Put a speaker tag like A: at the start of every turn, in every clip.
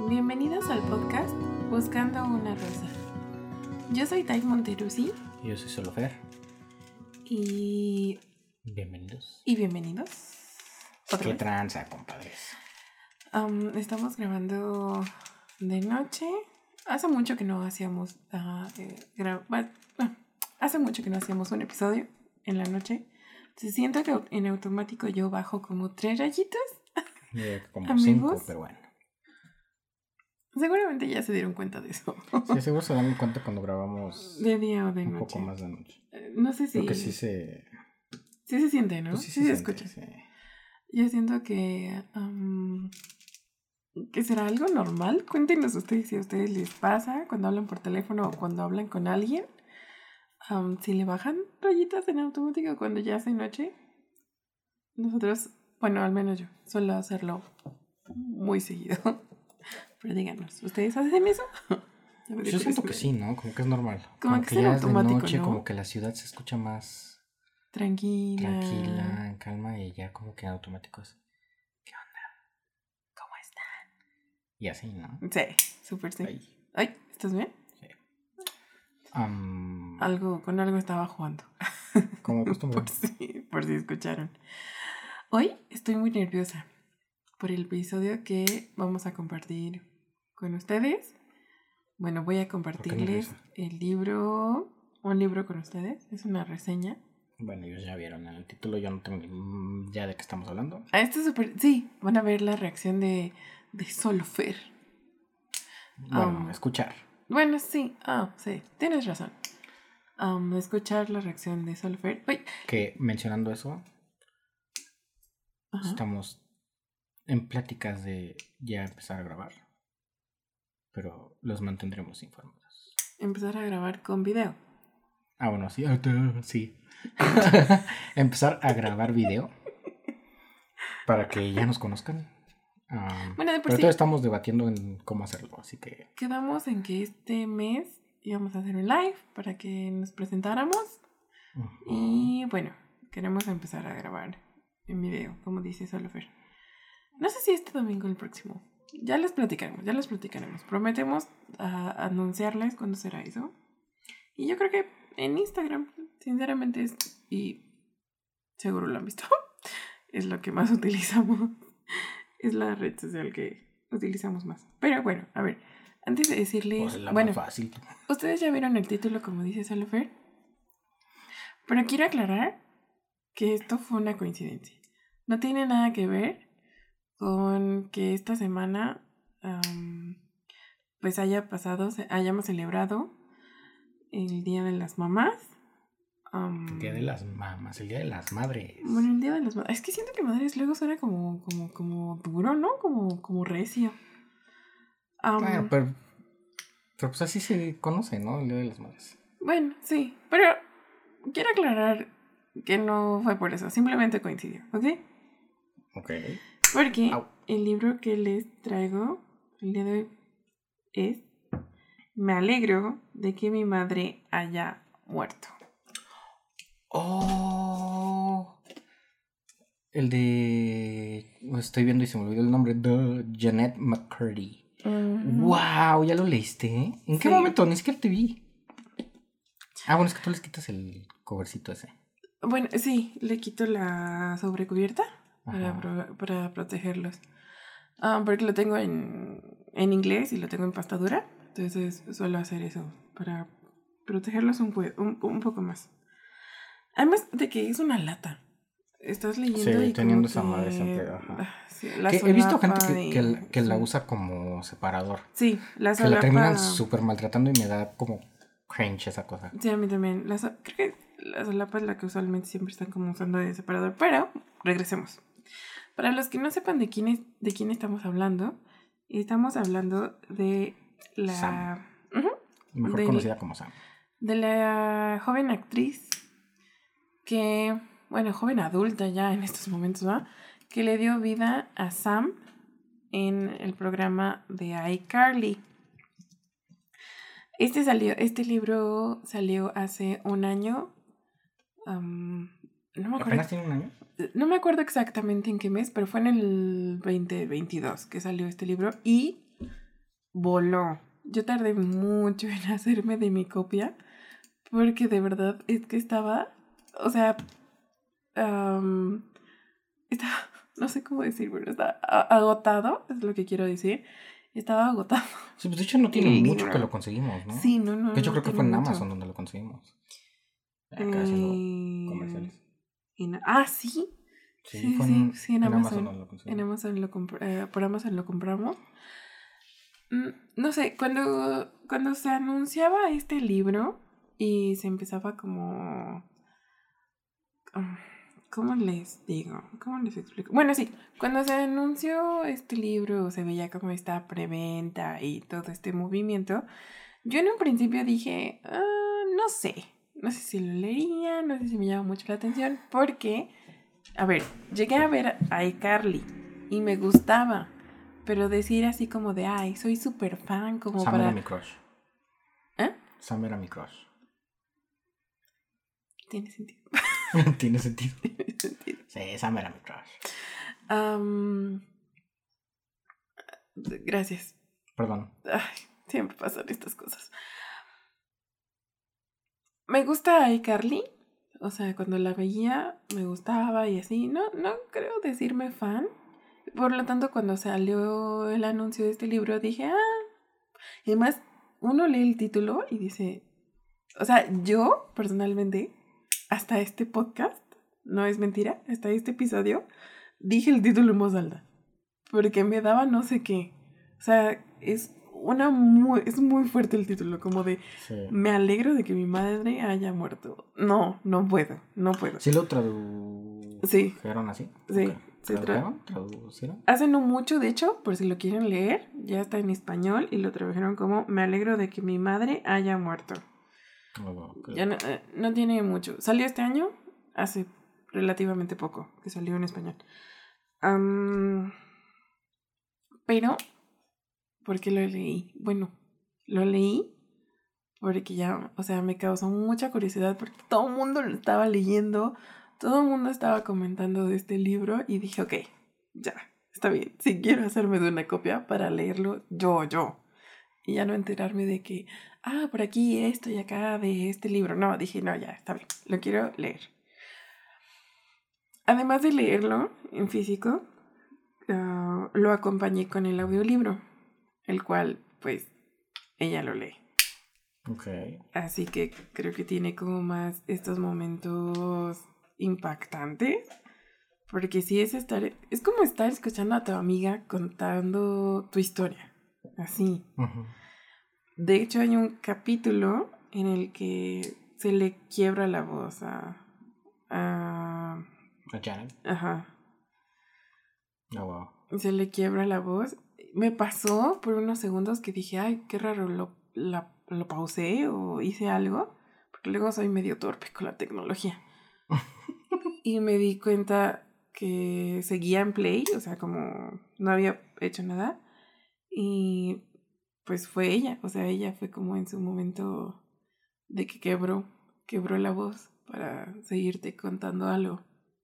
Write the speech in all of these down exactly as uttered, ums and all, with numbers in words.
A: Bienvenidos al podcast Buscando una Rosa. Yo soy Tais Monteruzzi.
B: Yo soy Solofer.
A: Y...
B: Bienvenidos.
A: Y bienvenidos.
B: ¿Qué tranza, compadres?
A: Um, estamos grabando de noche. Hace mucho que no hacíamos... Uh, eh, gra- bueno, hace mucho que no hacíamos un episodio en la noche. Entonces siento que en automático yo bajo como tres rayitas.
B: Yeah, como
A: Amigos,
B: cinco, pero bueno.
A: Seguramente ya se dieron cuenta de eso.
B: Sí, seguro se dan cuenta cuando grabamos
A: de día o de
B: un
A: noche.
B: poco más de noche.
A: Eh, No sé si...
B: Creo que sí se...
A: Sí se siente, ¿no?
B: Pues sí,
A: sí
B: sí
A: se
B: siente,
A: escucha.
B: sí.
A: Yo siento que... Um, ¿que será algo normal? Cuéntenos ustedes si a ustedes les pasa cuando hablan por teléfono o cuando hablan con alguien. Um, si le bajan rayitas en automático cuando ya hace noche. Nosotros, bueno, al menos yo, suelo hacerlo muy seguido. Pero díganos, ¿ustedes hacen eso?
B: Yo siento que sí, ¿no? Como que es normal.
A: Como,
B: como
A: que,
B: que
A: es
B: ya
A: automático,
B: es de noche,
A: ¿no?
B: como que la ciudad se escucha más
A: Tranquila.
B: tranquila, en calma, y ya como que en automático es... ¿Qué onda?
A: ¿Cómo están?
B: Y así, ¿no?
A: Sí, súper sí.
B: Ahí.
A: Ay, ¿estás bien?
B: Sí. Um,
A: Algo, con algo estaba jugando.
B: como de costumbre.
A: por, si, por si escucharon. Hoy estoy muy nerviosa por el episodio que vamos a compartir con ustedes. Bueno, voy a compartirles el libro, un libro con ustedes. Es una reseña.
B: Bueno, ellos ya vieron el título, yo no tengo ya de qué estamos hablando.
A: Ah, esto es súper... Sí, van a ver la reacción de, de Solofer.
B: Bueno,
A: Um,
B: escuchar.
A: Bueno, sí. Ah, sí, tienes razón. Um, escuchar la reacción de Solofer. Uy.
B: Que mencionando eso,
A: Ajá.
B: estamos en pláticas de ya empezar a grabar, pero los mantendremos informados.
A: Empezar a grabar con video.
B: Ah, bueno, sí, sí. Empezar a grabar video para que ya nos conozcan. Um,
A: Bueno, de por
B: pero
A: sí,
B: todavía estamos debatiendo en cómo hacerlo, así que...
A: quedamos en que este mes íbamos a hacer un live para que nos presentáramos.
B: Uh-huh.
A: Y bueno, queremos empezar a grabar en video, como dice Solofer. No sé si este domingo o el próximo. Ya les platicaremos, ya les platicaremos. Prometemos uh, anunciarles cuándo será eso. Y yo creo que en Instagram, sinceramente, es, y seguro lo han visto, es lo que más utilizamos. Es la red social que utilizamos más. Pero bueno, a ver, antes de decirles...
B: Pues la
A: bueno,
B: más fácil.
A: ustedes ya vieron el título, como dice Solofer. Pero quiero aclarar que esto fue una coincidencia. No tiene nada que ver con que esta semana um, pues haya pasado, hayamos celebrado el Día de las Mamás. Um,
B: El Día de las Mamás, el Día de las Madres.
A: Bueno, el Día de las Madres. Es que siento que madres luego suena como, como, como duro, ¿no? Como, como recio. Um,
B: Bueno, pero, pero pues así se conoce, ¿no? El Día de las Madres.
A: Bueno, sí, pero quiero aclarar que no fue por eso, simplemente coincidió, ¿ok?
B: Ok.
A: Porque
B: Au.
A: el libro que les traigo el día de hoy es Me alegro de que mi madre haya muerto.
B: Oh, el de... Estoy viendo y se me olvidó el nombre de Jeanette McCurdy. Uh-huh. Wow, ¿ya lo leíste? ¿En sí. qué momento? Ni siquiera te vi. Ah, bueno, es que tú les quitas el covercito ese.
A: Bueno, sí, le quito la sobrecubierta para, pro, para protegerlos. Um, porque lo tengo en, en inglés y lo tengo en pasta dura. Entonces suelo hacer eso para protegerlos un, un, un poco más. Además de que es una lata. Estás leyendo
B: sí,
A: y
B: teniendo
A: como
B: esa
A: que...
B: madre siempre, ajá.
A: Sí, la
B: que he visto gente que,
A: y...
B: que, que
A: sí.
B: la usa como separador.
A: Sí, la
B: solapa... Que la terminan súper maltratando y me da como cringe esa cosa.
A: Sí, a mí también. La, creo que la solapa es la que usualmente siempre están como usando de separador. Pero, regresemos. Para los que no sepan de quién, es, de quién estamos hablando, estamos hablando de la...
B: Sam.
A: Uh-huh,
B: Mejor
A: de,
B: conocida como Sam.
A: De la joven actriz que, bueno, joven adulta ya en estos momentos, ¿no? Que le dio vida a Sam en el programa de iCarly. Este, salió, este libro salió hace un año. Um, no me acuerdo.
B: ¿Apenas tiene un año?
A: No me acuerdo exactamente en qué mes, pero fue en el veinte veintidós que salió este libro. Y voló. Yo tardé mucho en hacerme de mi copia porque de verdad es que estaba, o sea, um, estaba, no sé cómo decir, pero estaba agotado, es lo que quiero decir. Estaba agotado.
B: Sí, pues de hecho no tiene
A: el
B: mucho
A: libro.
B: que lo conseguimos, ¿no?
A: Sí, no, no.
B: De hecho
A: no
B: creo que fue en
A: mucho.
B: Amazon donde lo conseguimos. Acá
A: eh,
B: haciendo comerciales.
A: En, ah, sí.
B: Sí,
A: Sí,
B: fue
A: sí,
B: en,
A: sí, en,
B: en
A: Amazon.
B: Amazon donde lo conseguimos.
A: En Amazon lo compr- eh, por Amazon lo compramos. Mm, no sé, cuando, cuando se anunciaba este libro y se empezaba como... um, ¿Cómo les digo? ¿Cómo les explico? Bueno, sí, cuando se anunció este libro, se veía como esta preventa y todo este movimiento, yo en un principio dije, ah, no sé, no sé si lo leía, no sé si me llama mucho la atención, porque, a ver, llegué a ver a iCarly y me gustaba, pero decir así como de, ay, soy súper fan, como
B: Sam
A: para...
B: era mi crush.
A: ¿Eh?
B: Sam era mi crush.
A: Tiene sentido.
B: Tiene sentido.
A: Tiene sentido.
B: Sí, Sam era mi crush.
A: Um, gracias.
B: Perdón.
A: Ay, siempre pasan estas cosas. Me gusta iCarly. O sea, cuando la veía me gustaba y así. No, no creo decirme fan. Por lo tanto, cuando salió el anuncio de este libro dije, ah. Y además, uno lee el título y dice... O sea, yo personalmente, hasta este podcast, no es mentira, hasta este episodio, dije el título en voz alta. Porque me daba no sé qué. O sea, es una muy, es muy fuerte el título, como de
B: Sí.
A: me alegro de que mi madre haya muerto. No, no puedo, no puedo.
B: ¿Sí lo tradujeron
A: Sí.
B: así?
A: Sí.
B: Okay. ¿Tradujeron? ¿Traducieron?
A: Hace no mucho, de hecho, por si lo quieren leer, ya está en español y lo tradujeron como me alegro de que mi madre haya muerto.
B: Oh, okay.
A: Ya no, eh, no tiene mucho. Salió este año, hace relativamente poco que salió en español. Um, pero, ¿por qué lo leí? Bueno, lo leí porque ya, o sea, me causó mucha curiosidad porque todo el mundo lo estaba leyendo, todo el mundo estaba comentando de este libro y dije, ok, ya, está bien, si quiero hacerme de una copia para leerlo yo, yo. Y ya no enterarme de que, ah, por aquí esto y acá de este libro. No, dije, no, ya, está bien, lo quiero leer. Además de leerlo en físico, uh, lo acompañé con el audiolibro, el cual, pues, ella lo lee.
B: Okay.
A: Así que creo que tiene como más estos momentos impactantes. Porque sí es estar, es como estar escuchando a tu amiga contando tu historia. Así.
B: Uh-huh.
A: De hecho, hay un capítulo en el que se le quiebra la voz a... A,
B: ¿A Janet?
A: Ajá.
B: Oh, wow.
A: Se le quiebra la voz. Me pasó por unos segundos que dije, ay, qué raro, lo, la, lo pausé o hice algo. Porque luego soy medio torpe con la tecnología. Y me di cuenta que seguía en play, o sea, como no había hecho nada. Y pues fue ella, o sea, ella fue como en su momento de que quebró, quebró la voz para seguirte contando algo.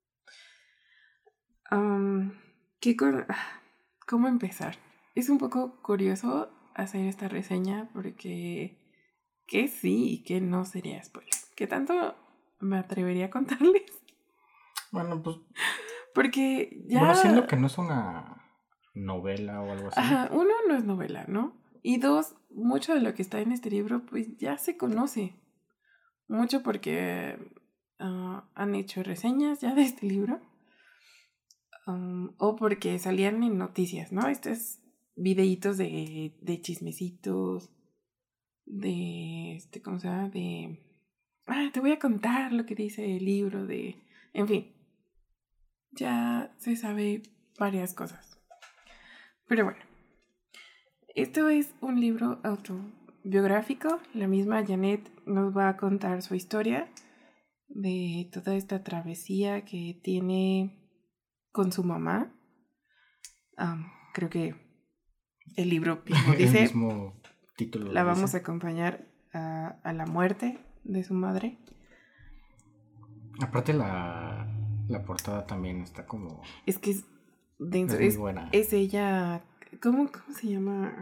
A: Um, ¿qué con... ¿Cómo empezar? Es un poco curioso hacer esta reseña porque que sí y que no sería spoiler. ¿Qué tanto me atrevería a contarles?
B: Bueno, pues...
A: Porque ya...
B: Bueno, siendo que no es una novela o algo así.
A: Ajá, uno, no es novela, ¿no? Y dos, mucho de lo que está en este libro pues ya se conoce. Mucho porque uh, han hecho reseñas ya de este libro. Um, o porque salían en noticias, ¿no? Estos videitos de, de chismecitos, de, este, ¿cómo se llama? De, ah, te voy a contar lo que dice el libro, de, en fin, ya se sabe varias cosas. Pero bueno, esto es un libro autobiográfico. La misma Janet nos va a contar su historia de toda esta travesía que tiene con su mamá. Um, creo que el libro mismo dice,
B: el mismo título
A: la vamos
B: dice.
A: a acompañar a, a la muerte de su madre.
B: Aparte la, la portada también está como...
A: Es que es denso.
B: Es muy
A: es,
B: buena.
A: Es ella... ¿Cómo, cómo se llama? Ay,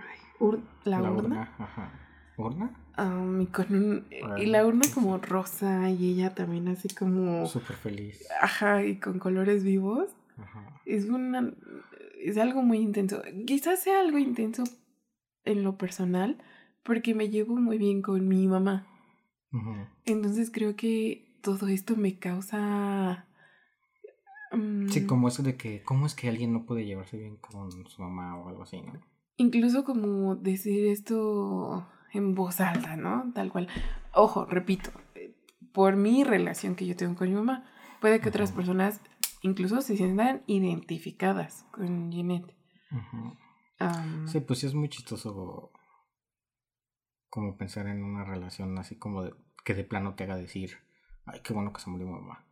A: ur- la,
B: La
A: urna.
B: urna, ajá. ¿Urna?
A: Um, y con un y la urna como rosa y ella también así como
B: súper feliz.
A: Ajá, y con colores vivos.
B: Ajá.
A: Es una es algo muy intenso. Quizás sea algo intenso en lo personal porque me llevo muy bien con mi mamá.
B: Uh-huh.
A: Entonces creo que todo esto me causa um,
B: sí, como eso de que cómo es que alguien no puede llevarse bien con su mamá o algo así, ¿no?
A: Incluso como decir esto en voz alta, ¿no? Tal cual. Ojo, repito, por mi relación que yo tengo con mi mamá, puede que uh-huh. otras personas incluso se sientan identificadas con Jeanette.
B: Uh-huh. Um, sí, pues sí es muy chistoso como pensar en una relación así como de, que de plano te haga decir, ay, qué bueno que se murió mi mamá.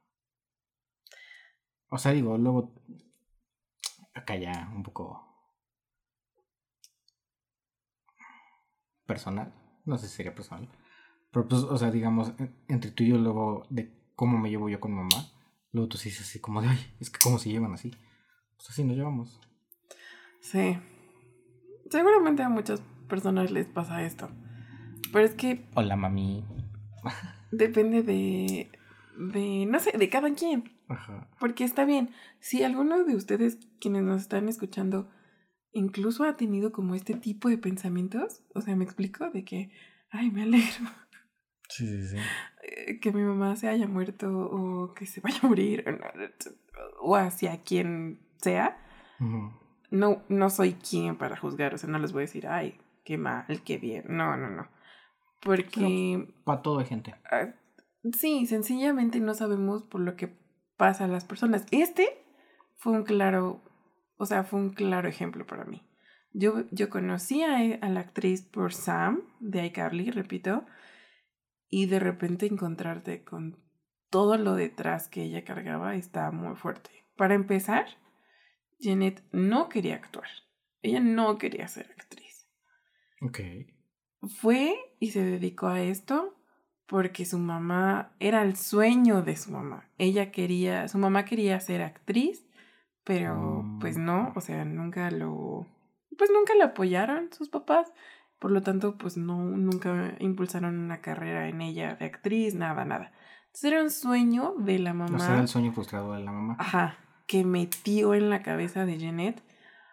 B: O sea, digo, luego acá ya un poco personal, no sé si sería personal, pero pues, o sea, digamos, entre tú y yo luego de cómo me llevo yo con mamá, luego tú sí dices así como de, ay, es que cómo se llevan así, pues así nos llevamos.
A: Sí, seguramente a muchas personas les pasa esto, pero es que...
B: Hola, mami.
A: Depende de, de, no sé, de cada quien.
B: Ajá.
A: Porque está bien, si alguno de ustedes quienes nos están escuchando incluso ha tenido como este tipo de pensamientos, o sea, me explico, de que, ay, me alegro.
B: Sí, sí, sí.
A: Que mi mamá se haya muerto o que se vaya a morir o hacia quien sea.
B: Uh-huh.
A: No, no soy quien para juzgar, o sea, no les voy a decir, ay, qué mal, qué bien. No, no, no. Porque...
B: Pero para todo hay gente.
A: Uh, sí, sencillamente no sabemos por lo que pasa a las personas. Este fue un claro, o sea, fue un claro ejemplo para mí. Yo, yo conocí a, a la actriz por Sam, de iCarly, repito, y de repente encontrarte con todo lo detrás que ella cargaba está muy fuerte. Para empezar, Jeanette no quería actuar. Ella no quería ser actriz.
B: Ok.
A: Fue y se dedicó a esto porque su mamá era el sueño de su mamá. Ella quería, su mamá quería ser actriz, pero mm. pues no, o sea, nunca lo, pues nunca la apoyaron sus papás. Por lo tanto, pues no, nunca impulsaron una carrera en ella de actriz, nada, nada. Entonces era un sueño de la mamá.
B: O sea, era el sueño frustrado de la mamá.
A: Ajá, que metió en la cabeza de Jeanette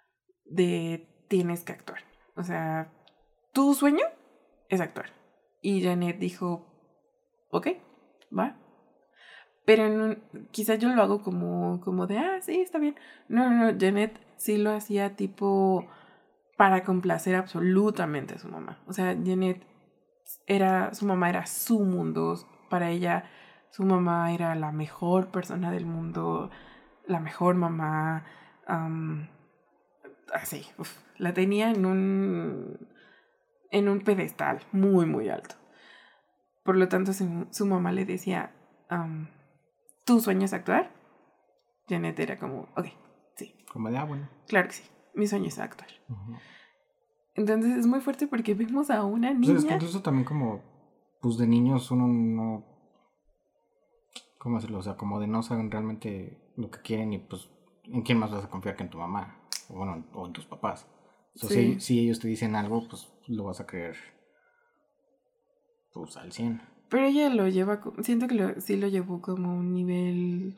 A: de tienes que actuar. O sea, tu sueño es actuar. Y Jeanette dijo, ok, va. Pero en un, quizás yo lo hago como, como de, ah, sí, está bien. No, no, no, Jeanette sí lo hacía tipo para complacer absolutamente a su mamá. O sea, Jeanette era, su mamá era su mundo. Para ella, su mamá era la mejor persona del mundo, la mejor mamá. Um, así, uf, la tenía en un... en un pedestal muy, muy alto. Por lo tanto, su, su mamá le decía, um, ¿tu sueño es actuar? Jeanette era como, ok, sí.
B: Como de, ah, bueno.
A: Claro que sí, mi sueño es actuar. Uh-huh. Entonces es muy fuerte porque vemos a una niña...
B: Pues es que incluso también como, pues de niños uno no... ¿Cómo decirlo? O sea, como de no saben realmente lo que quieren y pues en quién más vas a confiar que en tu mamá. O bueno, o en tus papás. O sea, sí. si, si ellos te dicen algo, pues lo vas a creer pues al cien.
A: Pero ella lo lleva, siento que lo, sí lo llevó como a un nivel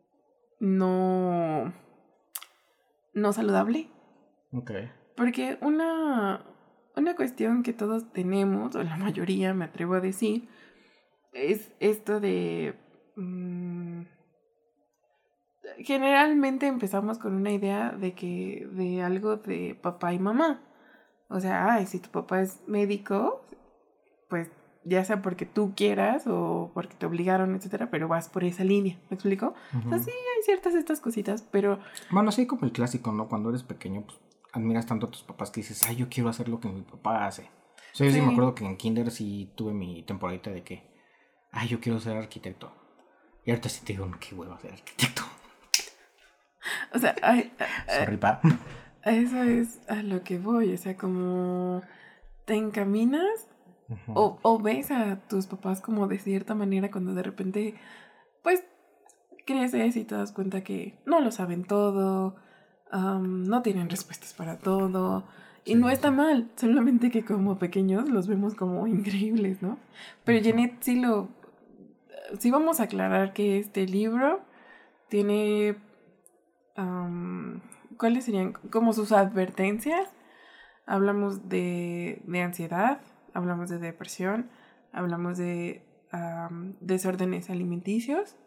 A: no, no saludable.
B: Ok.
A: Porque una, una cuestión que todos tenemos, o la mayoría me atrevo a decir, es esto de... Mmm, generalmente empezamos con una idea de que de algo de papá y mamá. O sea, ay, si tu papá es médico, pues ya sea porque tú quieras o porque te obligaron, etcétera, pero vas por esa línea, ¿me explico? Uh-huh. O sea, sí hay ciertas estas cositas, pero...
B: Bueno, sí, como el clásico, ¿no? Cuando eres pequeño, pues admiras tanto a tus papás que dices, ay, yo quiero hacer lo que mi papá hace. O sea, yo sí, sí me acuerdo que en kinder sí tuve mi temporadita de que, ay, yo quiero ser arquitecto. Y ahorita sí te digo, qué hueva ser arquitecto.
A: O sea, ay, ay,
B: sorry, pa.
A: Eso es a lo que voy, o sea, como te encaminas uh-huh. o, o ves a tus papás como de cierta manera cuando de repente, pues, creces y te das cuenta que no lo saben todo, um, no tienen respuestas para todo Y sí, no está sí. mal, solamente que como pequeños los vemos como increíbles, ¿no? Pero uh-huh. Janet sí lo... Sí vamos a aclarar que este libro tiene... Um, ¿Cuáles serían? Como sus advertencias. Hablamos de, de ansiedad, hablamos de depresión, hablamos de um, desórdenes alimenticios.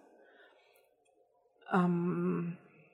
A: Um,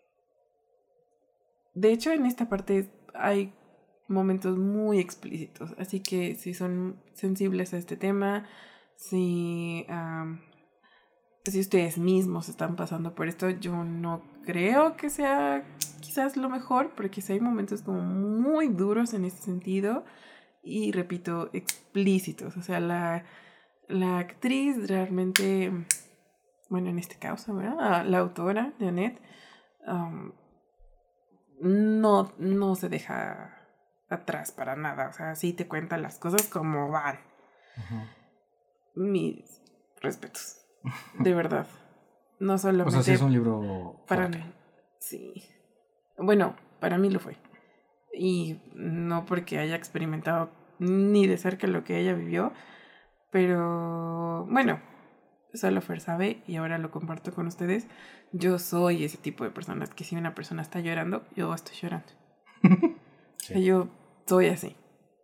A: de hecho, en esta parte hay momentos muy explícitos, así que si son sensibles a este tema, si, um, si ustedes mismos están pasando por esto, yo no creo que sea quizás lo mejor, porque quizá hay momentos como muy duros en este sentido y, repito, explícitos. O sea, la, la actriz realmente, bueno, en este caso, ¿verdad? La autora, Janet, um, no, no se deja atrás para nada. O sea, sí te cuenta las cosas como van. Uh-huh. Mis respetos. De verdad. No solamente...
B: O sea, sí es un libro
A: para
B: fuerte.
A: mí. Sí. Bueno, para mí lo fue. Y no porque haya experimentado ni de cerca lo que ella vivió, pero bueno, solo Fer sabe y ahora lo comparto con ustedes. Yo soy ese tipo de personas que si una persona está llorando, yo estoy llorando. Sí. O sea, yo soy así.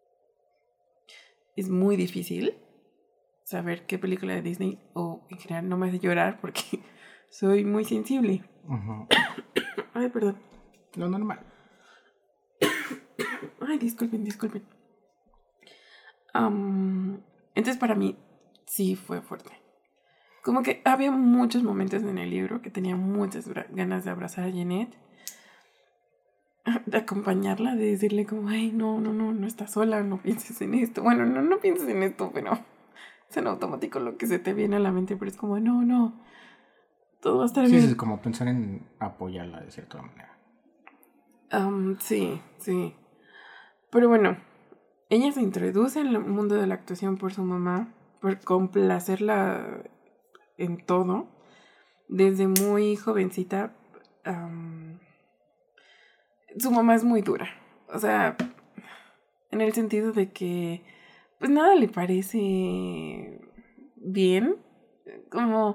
A: Es muy difícil saber qué película de Disney o en general no me hace llorar porque soy muy sensible. Uh-huh. Ay, perdón.
B: Lo normal.
A: Ay, disculpen, disculpen. Um, entonces para mí sí fue fuerte. Como que había muchos momentos en el libro que tenía muchas ganas de abrazar a Janet, de acompañarla, de decirle como, ay, no, no, no, no estás sola, no pienses en esto. Bueno, no, no pienses en esto, pero es en automático lo que se te viene a la mente, pero es como, no, no, todo va a estar
B: sí,
A: bien.
B: Sí, es como pensar en apoyarla de cierta manera.
A: Um, sí, sí. Pero bueno, ella se introduce en el mundo de la actuación por su mamá, por complacerla en todo. Desde muy jovencita, um, su mamá es muy dura. O sea, en el sentido de que pues nada le parece bien. Como...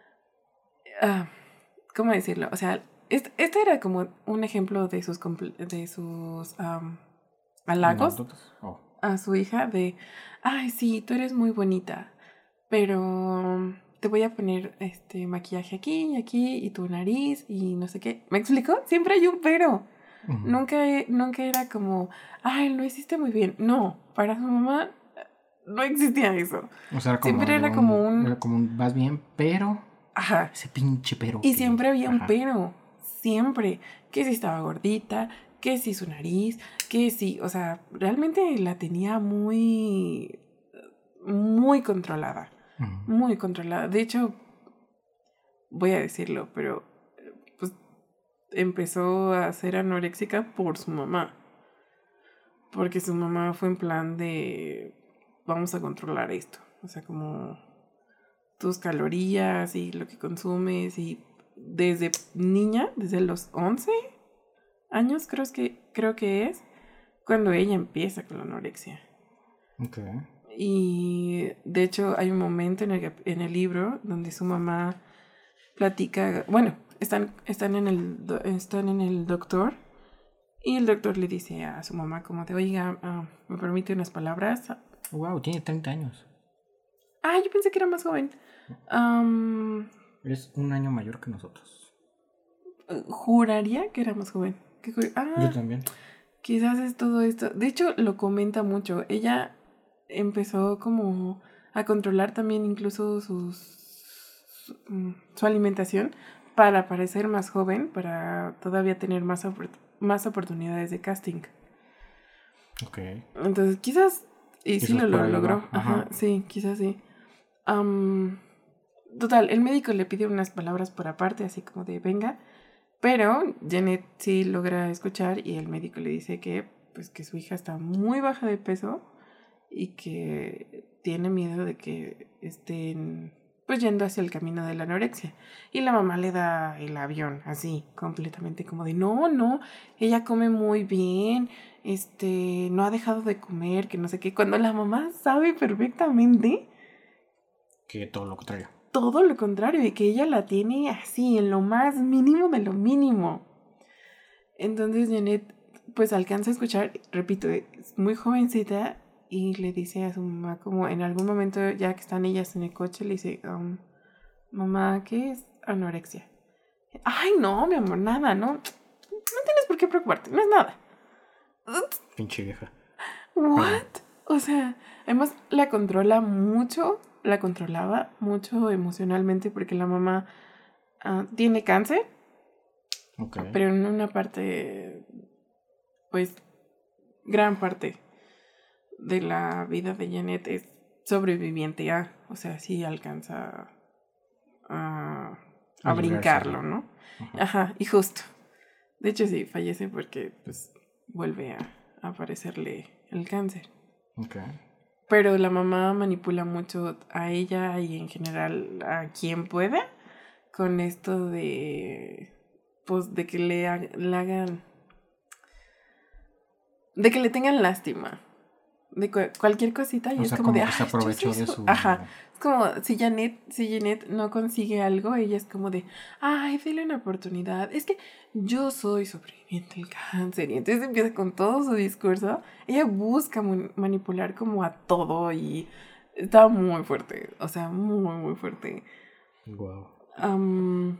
A: Uh, ¿Cómo decirlo? O sea, este, este era como un ejemplo de sus, de sus um, halagos
B: oh.
A: a su hija de, ay, sí, tú eres muy bonita, pero te voy a poner este maquillaje aquí y aquí y tu nariz y no sé qué. ¿Me explico? Siempre hay un pero. Uh-huh. Nunca, nunca era como, ay, lo hiciste muy bien. No, para su mamá no existía eso.
B: O sea, era como
A: siempre era un, como un...
B: Era como un, vas bien, pero...
A: Ajá.
B: Ese pinche pero.
A: Y
B: que...
A: siempre había
B: Ajá.
A: un pero. Siempre. Que si estaba gordita, que si su nariz, que si... O sea, realmente la tenía muy... Muy controlada. Uh-huh. Muy controlada. De hecho, voy a decirlo, pero... Pues empezó a ser anoréxica por su mamá. Porque su mamá fue en plan de... Vamos a controlar esto. O sea, como... tus calorías y lo que consumes y desde niña, desde los once años creo que, creo que es cuando ella empieza con la anorexia.
B: Okay.
A: Y de hecho hay un momento en el, en el libro donde su mamá platica, bueno, están, están, en el, están en el doctor y el doctor le dice a su mamá como de, oiga, uh, ¿me permite unas palabras?
B: Wow, tiene treinta años.
A: Ah, yo pensé que era más joven. Um,
B: Eres un año mayor que nosotros.
A: Juraría que era más joven. Que, ah,
B: yo también.
A: Quizás es todo esto. De hecho, lo comenta mucho. Ella empezó como a controlar también incluso sus, su, su alimentación para parecer más joven, para todavía tener más, más oportunidades de casting.
B: Ok.
A: Entonces, quizás... Y quizás sí lo, lo logró.
B: Ajá.
A: Ajá, sí, quizás sí. Um, total, el médico le pide unas palabras por aparte, así como de venga, pero Janet sí logra escuchar y el médico le dice que, pues, que su hija está muy baja de peso y que tiene miedo de que estén pues yendo hacia el camino de la anorexia. Y la mamá le da el avión, así, completamente como de, no, no, ella come muy bien, este, no ha dejado de comer, que no sé qué, cuando la mamá sabe perfectamente
B: que todo lo contrario.
A: Todo lo contrario, y que ella la tiene así, en lo más mínimo de lo mínimo. Entonces Janet, pues alcanza a escuchar, repito, es muy jovencita, y le dice a su mamá, como en algún momento, ya que están ellas en el coche, le dice, um, mamá, ¿qué es anorexia? Ay, no, mi amor, nada, no, no tienes por qué preocuparte, no es nada.
B: Pinche vieja.
A: ¿What? O sea, además la controla mucho, la controlaba mucho emocionalmente porque la mamá uh, tiene cáncer,
B: okay.
A: Pero en una parte, pues, gran parte de la vida de Janet es sobreviviente a, o sea, sí alcanza a, a, a brincarlo, ¿no? Ajá. Ajá, y justo. De hecho, sí, fallece porque, pues, vuelve a, a aparecerle el cáncer.
B: Ok.
A: Pero la mamá manipula mucho a ella y en general a quien puede con esto de, pues, de que le, ha, le hagan, de que le tengan lástima. De cu- cualquier cosita y
B: o
A: es
B: sea,
A: como,
B: como
A: de,
B: que se aprovechó de su...
A: Ajá. Es como si Janet, si Janet no consigue algo, ella es como de, ay, dile una oportunidad. Es que yo soy sobreviviente del cáncer. Y entonces empieza con todo su discurso. Ella busca man- manipular como a todo y está muy fuerte. O sea, muy, muy fuerte.
B: Wow.
A: Um,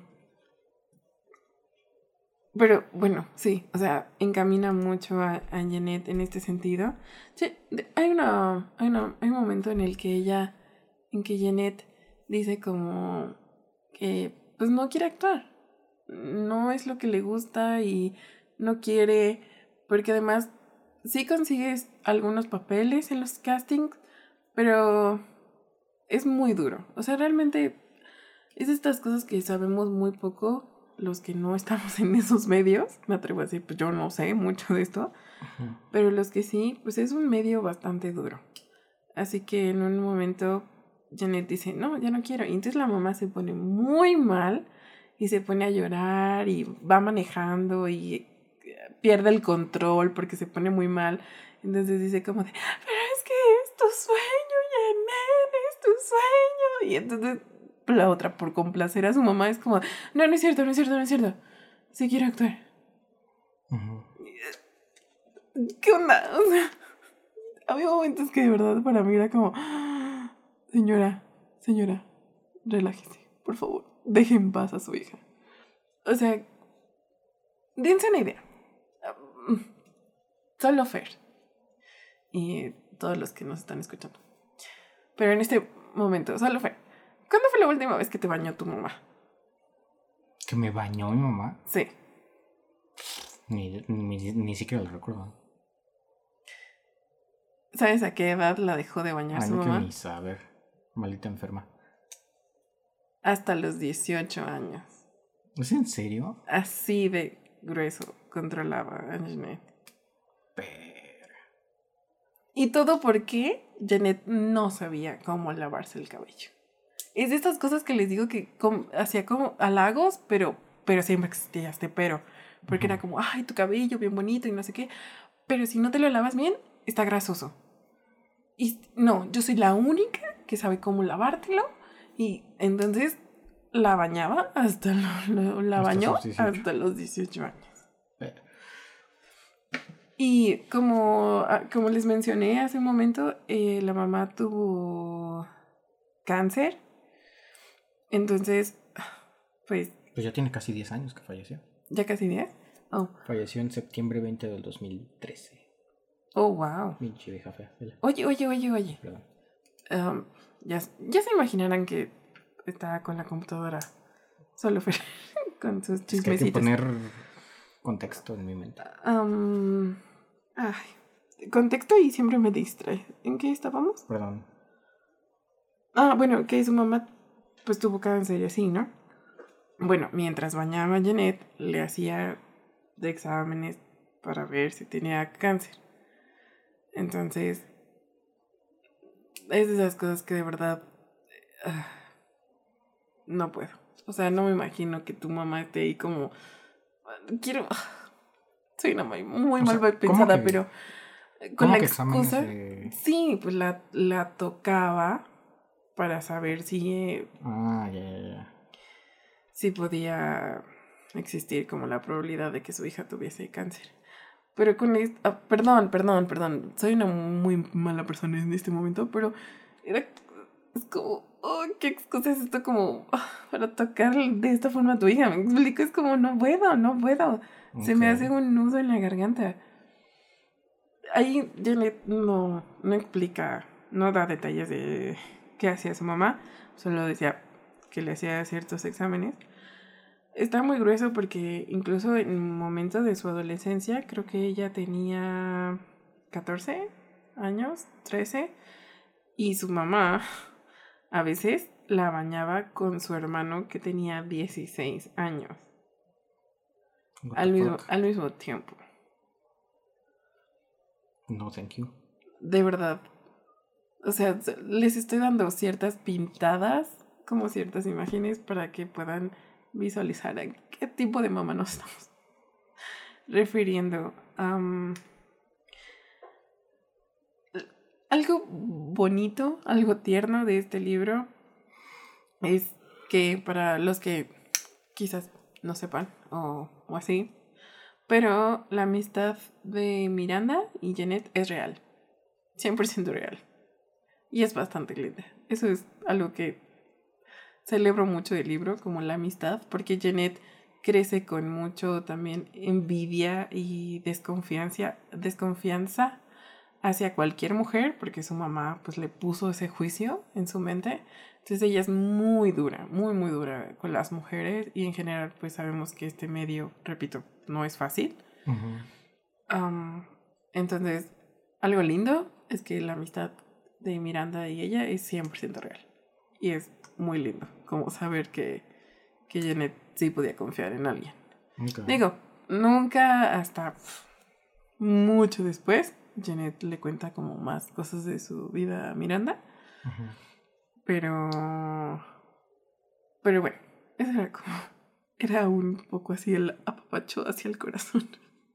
A: pero bueno, sí, o sea, encamina mucho a, a Janet en este sentido. Sí, de, hay, una, hay, una, hay un momento en el que ella, en que Janet dice como que pues no quiere actuar. No es lo que le gusta y no quiere, porque además sí consigues algunos papeles en los castings, pero es muy duro. O sea, realmente es de estas cosas que sabemos muy poco los que no estamos en esos medios. Me atrevo a decir, pues yo no sé mucho de esto, uh-huh. Pero los que sí, pues es un medio bastante duro. Así que en un momento Janet dice, no, ya no quiero. Y entonces la mamá se pone muy mal y se pone a llorar y va manejando y pierde el control porque se pone muy mal. Entonces dice como de, pero es que es tu sueño, Janet, es tu sueño. Y entonces la otra, por complacer a su mamá, es como, no, no es cierto, no es cierto, no es cierto. Sí quiero actuar. Uh-huh. ¿Qué onda? O sea, había momentos que de verdad para mí era como, señora, señora, relájese, por favor, deje en paz a su hija. O sea, dense una idea. Solo Fer y todos los que nos están escuchando. Pero en este momento, solo Fer, ¿cuándo fue la última vez que te bañó tu mamá?
B: ¿Que me bañó mi mamá?
A: Sí.
B: Ni, ni, ni siquiera lo recuerdo.
A: ¿Sabes a qué edad la dejó de bañar
B: Ay,
A: su
B: no
A: mamá?
B: Ni saber. Maldita enferma.
A: Hasta los dieciocho años.
B: ¿Es en serio?
A: Así de grueso controlaba a Janet.
B: Pero...
A: Y todo porque Janet no sabía cómo lavarse el cabello. Es de estas cosas que les digo que com- hacía como halagos, pero, pero siempre existía este pero. Porque uh-huh. Era como, ay, tu cabello bien bonito y no sé qué. Pero si no te lo lavas bien, está grasoso. Y no, yo soy la única que sabe cómo lavártelo. Y entonces la bañaba hasta lo, lo, la hasta bañó hasta los dieciocho años. Pero. Y como, como les mencioné hace un momento, eh, la mamá tuvo cáncer. Entonces, pues...
B: Pues ya tiene casi diez años que falleció.
A: ¿Ya casi diez? Oh.
B: Falleció en septiembre veinte del dos mil trece.
A: Oh, wow.
B: Pinche vieja fea.
A: Oye, oye, oye, oye. Perdón. Um, ya, ya se imaginarán que estaba con la computadora solo con sus chismecitos. Es que hay que
B: poner contexto en mi mente.
A: Um, ay, contexto y siempre me distrae. ¿En qué estábamos?
B: Perdón.
A: Ah, bueno, que su mamá pues tuvo cáncer y así, ¿no? Bueno, mientras bañaba a Janet, le hacía de exámenes para ver si tenía cáncer. Entonces, es de esas cosas que de verdad... Uh, no puedo. O sea, no me imagino que tu mamá esté ahí como, quiero, soy una muy, muy mal
B: sea,
A: pensada,
B: que,
A: pero con la
B: excusa,
A: de... sí, pues la, la tocaba para saber si,
B: ah, ya, ya, ya.
A: si podía existir como la probabilidad de que su hija tuviese cáncer. Pero con esto, ah, perdón, perdón, perdón, soy una muy mala persona en este momento, pero era, es como, oh, qué excusa es esto como oh, para tocar de esta forma a tu hija, me explico, es como no puedo, no puedo, okay. Se me hace un nudo en la garganta. Ahí Janet no, no explica, no da detalles de qué hacía su mamá, solo decía que le hacía ciertos exámenes. Está muy grueso porque incluso en momentos de su adolescencia, creo que ella tenía catorce años, trece, y su mamá a veces la bañaba con su hermano que tenía dieciséis años. Al mismo, al mismo tiempo.
B: No, thank you.
A: De verdad. O sea, les estoy dando ciertas pintadas, como ciertas imágenes, para que puedan visualizar a qué tipo de mamá nos estamos refiriendo. Um, algo bonito, algo tierno de este libro es que para los que quizás no sepan o, o así, pero la amistad de Miranda y Janet es real, cien por ciento real. Y es bastante linda. Eso es algo que celebro mucho del libro, como la amistad, porque Janet crece con mucho también envidia y desconfianza, desconfianza hacia cualquier mujer, porque su mamá pues le puso ese juicio en su mente. Entonces ella es muy dura, muy muy dura con las mujeres, y en general pues sabemos que este medio, repito, no es fácil. Uh-huh. Um, entonces, algo lindo es que la amistad de Miranda y ella es cien por ciento real. Y es muy lindo como saber que, que Janet sí podía confiar en alguien. Okay. Digo, nunca hasta pff, mucho después Janet le cuenta como más cosas de su vida a Miranda. Uh-huh. Pero pero bueno, eso era como era un poco así el apapacho hacia el corazón.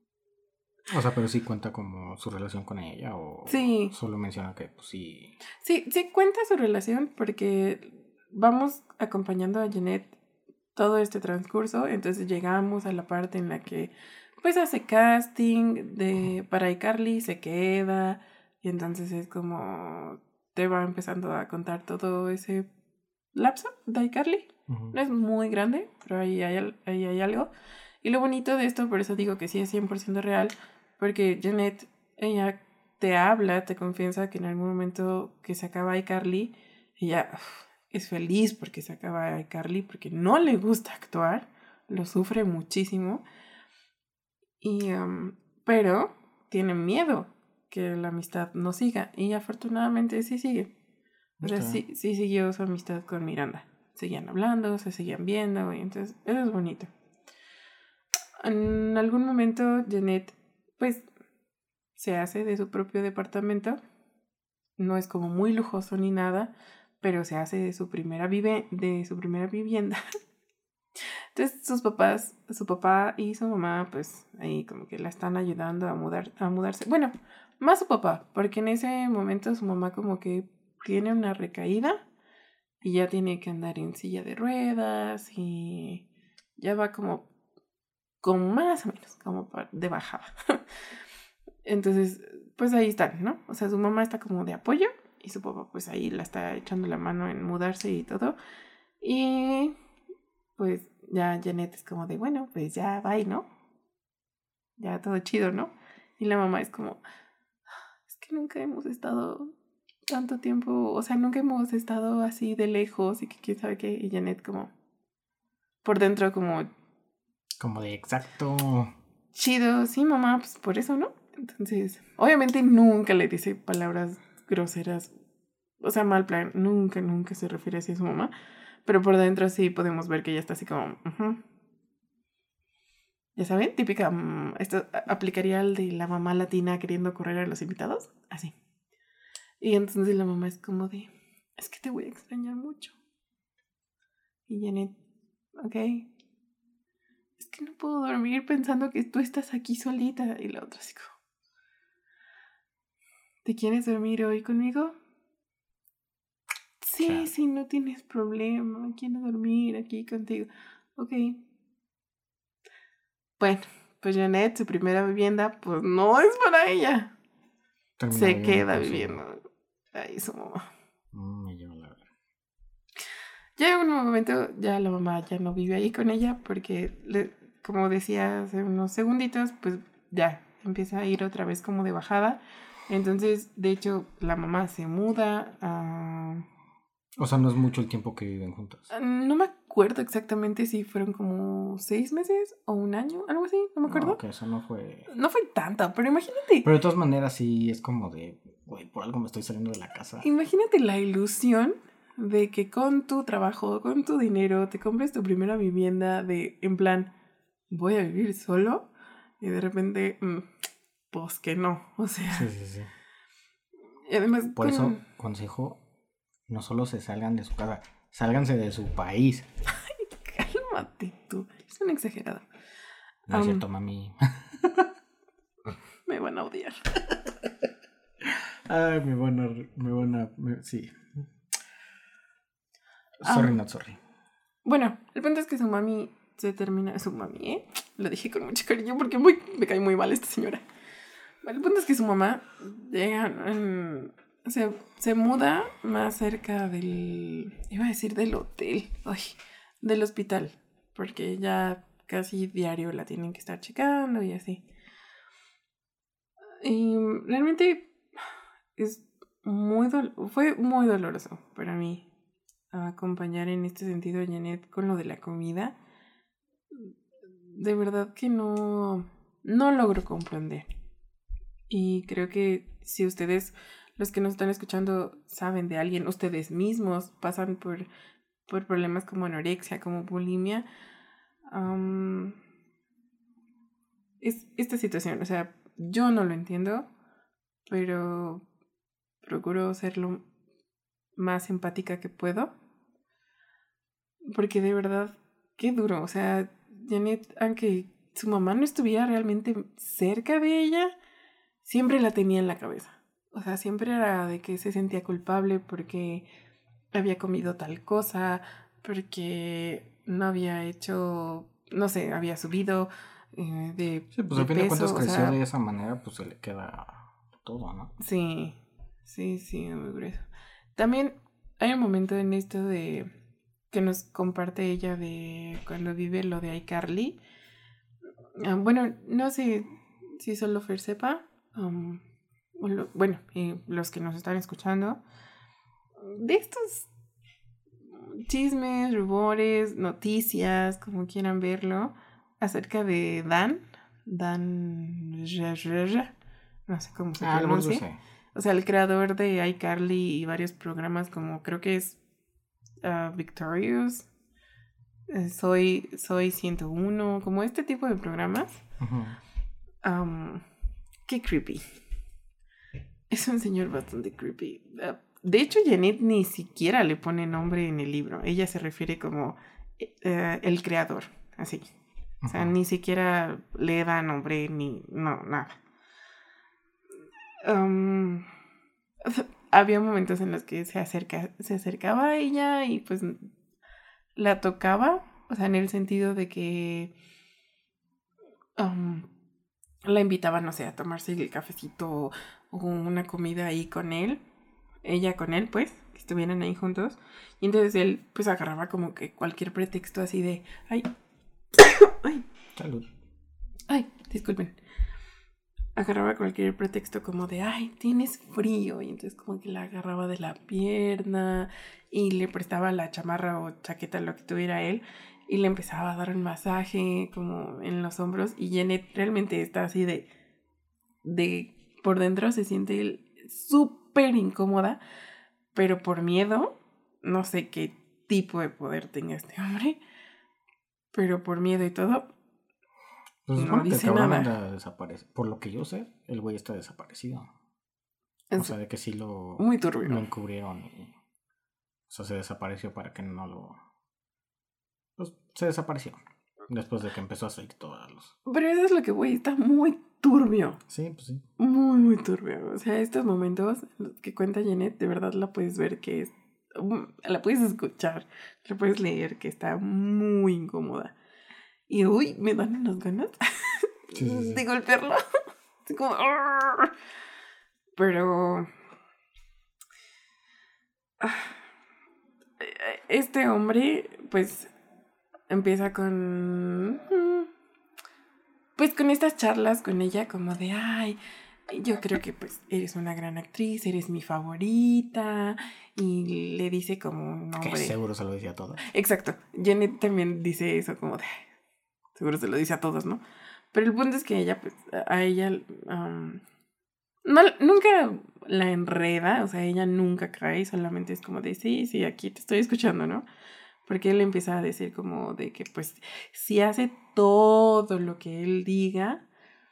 B: O sea, pero sí cuenta como su relación con ella, o sí. Solo menciona que pues sí.
A: Sí, sí cuenta su relación porque vamos acompañando a Janet todo este transcurso, entonces llegamos a la parte en la que pues hace casting de para iCarly, se queda, y entonces es como te va empezando a contar todo ese lapso de iCarly. Uh-huh. No es muy grande, pero ahí hay, ahí hay algo. Y lo bonito de esto, por eso digo que sí es cien por ciento real, porque Janet, ella te habla, te confiesa que en algún momento que se acaba iCarly, ella uf, es feliz porque se acaba iCarly, porque no le gusta actuar, lo sufre muchísimo, y, um, pero tiene miedo que la amistad no siga, y afortunadamente sí sigue. O sea, okay. sí, sí siguió su amistad con Miranda. Seguían hablando, se seguían viendo, y entonces eso es bonito. En algún momento Janet pues se hace de su propio departamento. No es como muy lujoso ni nada, pero se hace de su primera vive de su primera vivienda. Entonces sus papás, su papá y su mamá pues ahí como que la están ayudando a mudar a mudarse. Bueno, más su papá, porque en ese momento su mamá como que tiene una recaída y ya tiene que andar en silla de ruedas y ya va como con más o menos como de bajada. Entonces, pues ahí están, ¿no? O sea, su mamá está como de apoyo y su papá pues ahí la está echando la mano en mudarse y todo. Y pues ya Janet es como de, bueno, pues ya bye, ¿no? Ya todo chido, ¿no? Y la mamá es como, es que nunca hemos estado tanto tiempo, o sea, nunca hemos estado así de lejos y que quién sabe qué. Y Janet como por dentro como
B: como de exacto
A: chido, sí mamá, pues por eso, ¿no? Entonces, obviamente nunca le dice palabras groseras, o sea, mal plan, nunca, nunca se refiere así a su mamá, pero por dentro sí podemos ver que ella está así como, uh-huh. Ya saben, típica, um, esto aplicaría al de la mamá latina queriendo correr a los invitados, así. Y entonces la mamá es como de, es que te voy a extrañar mucho. Y Janet, ok. Es que no puedo dormir pensando que tú estás aquí solita. Y la otra así como, ¿te quieres dormir hoy conmigo? Sí, claro. Sí, no tienes problema. Quiero dormir aquí contigo. Ok. Bueno, pues Janet, su primera vivienda, pues no es para ella. Termina Se queda viviendo ahí su mamá.
B: Mm, me lleva la verdad.
A: Ya en un momento, ya la mamá ya no vive ahí con ella porque, le, como decía hace unos segunditos, pues ya empieza a ir otra vez como de bajada. Entonces, de hecho, la mamá se muda a...
B: O sea, no es mucho el tiempo que viven juntas.
A: No me acuerdo exactamente si fueron como seis meses o un año, algo así, no me acuerdo.
B: No, que eso no fue...
A: No fue tanto, pero imagínate.
B: Pero de todas maneras sí es como de, güey, por algo me estoy saliendo de la casa.
A: Imagínate la ilusión de que con tu trabajo, con tu dinero, te compres tu primera vivienda de, en plan, voy a vivir solo, y de repente, mmm, pues que no, o sea.
B: Sí, sí, sí.
A: Y además...
B: Por con... eso, consejo, no solo se salgan de su casa, sálganse de su país.
A: Ay, cálmate tú, es un exagerado.
B: No um, es cierto, mami.
A: Me van a odiar.
B: Ay, me van a... Me van a me, sí. Sorry, um, not sorry.
A: Bueno, el punto es que su mami se termina... Su mami, ¿eh? Lo dije con mucho cariño porque muy, me cae muy mal esta señora. El punto es que su mamá llega... En, o sea, se muda más cerca del... Iba a decir del hotel. Ay, del hospital. Porque ya casi diario la tienen que estar checando y así. Y realmente es muy dol- fue muy doloroso para mí acompañar en este sentido a Janet con lo de la comida. De verdad que no, no logro comprender. Y creo que si ustedes, los que nos están escuchando, saben de alguien, ustedes mismos pasan por, por problemas como anorexia, como bulimia, um, es esta situación, o sea, yo no lo entiendo, pero procuro ser lo más empática que puedo. Porque de verdad, qué duro. O sea, Janet, aunque su mamá no estuviera realmente cerca de ella, siempre la tenía en la cabeza. O sea, siempre era de que se sentía culpable porque había comido tal cosa, porque no había hecho, no sé, había subido eh, de
B: Sí, pues
A: de
B: al fin de cuentas creció
A: sea,
B: de esa manera, pues se le queda todo, ¿no?
A: Sí, sí, sí, muy grueso. También hay un momento en esto de que nos comparte ella de cuando vive lo de iCarly. Uh, bueno, no sé si solo Fer sepa. Um, lo, bueno, y los que nos están escuchando. De estos chismes, rumores, noticias, como quieran verlo, acerca de Dan. Dan... No sé cómo se
B: ah,
A: pronuncia.
B: Sé.
A: O sea, el creador de iCarly y varios programas como creo que es uh, Victorious, eh, Soy, Soy ciento uno, como este tipo de programas. Uh-huh. Um, qué creepy. Es un señor bastante creepy. Uh, de hecho, Janet ni siquiera le pone nombre en el libro. Ella se refiere como uh, el creador, así. Uh-huh. O sea, ni siquiera le da nombre ni... No, nada. Um, había momentos en los que se, acerca, se acercaba a ella y pues la tocaba, o sea, en el sentido de que um, la invitaba, no sé, a tomarse el cafecito o una comida ahí con él, ella con él, pues, que estuvieran ahí juntos. Y entonces él, pues, agarraba como que cualquier pretexto así de, ay, ay,
B: salud,
A: ay, disculpen. Agarraba cualquier pretexto como de, ay, tienes frío. Y entonces como que la agarraba de la pierna y le prestaba la chamarra o chaqueta, lo que tuviera él. Y le empezaba a dar un masaje como en los hombros. Y Janet realmente está así de, de por dentro se siente súper incómoda. Pero por miedo, no sé qué tipo de poder tenga este hombre. Pero por miedo y todo...
B: Pues no bueno, dice que el cabrón anda desaparecido. Por lo que yo sé, el güey está desaparecido. Es o sea, de que sí lo,
A: muy turbio.
B: Lo encubrieron y... O sea, se desapareció para que no lo... pues se desapareció. Después de que empezó a salir todos los...
A: Pero eso es lo que, güey, está muy turbio.
B: Sí, pues sí.
A: Muy, muy turbio. O sea, estos momentos que cuenta Janet, de verdad la puedes ver que es... La puedes escuchar, la puedes leer, que está muy incómoda. Y, uy, me dan unas ganas
B: sí, sí, sí.
A: de golpearlo. Así como... ¡Arr! Pero... Este hombre, pues, empieza con... Pues con estas charlas con ella como de, ay, yo creo que pues eres una gran actriz, eres mi favorita. Y le dice como un nombre.
B: Que seguro se lo decía a todos.
A: Exacto. Janet también dice eso como de, seguro se lo dice a todos, ¿no? Pero el punto es que ella, pues, a ella... Um, no, nunca la enreda, o sea, ella nunca cae, solamente es como de, sí, sí, aquí te estoy escuchando, ¿no? Porque él empieza a decir como de que, pues, si hace todo lo que él diga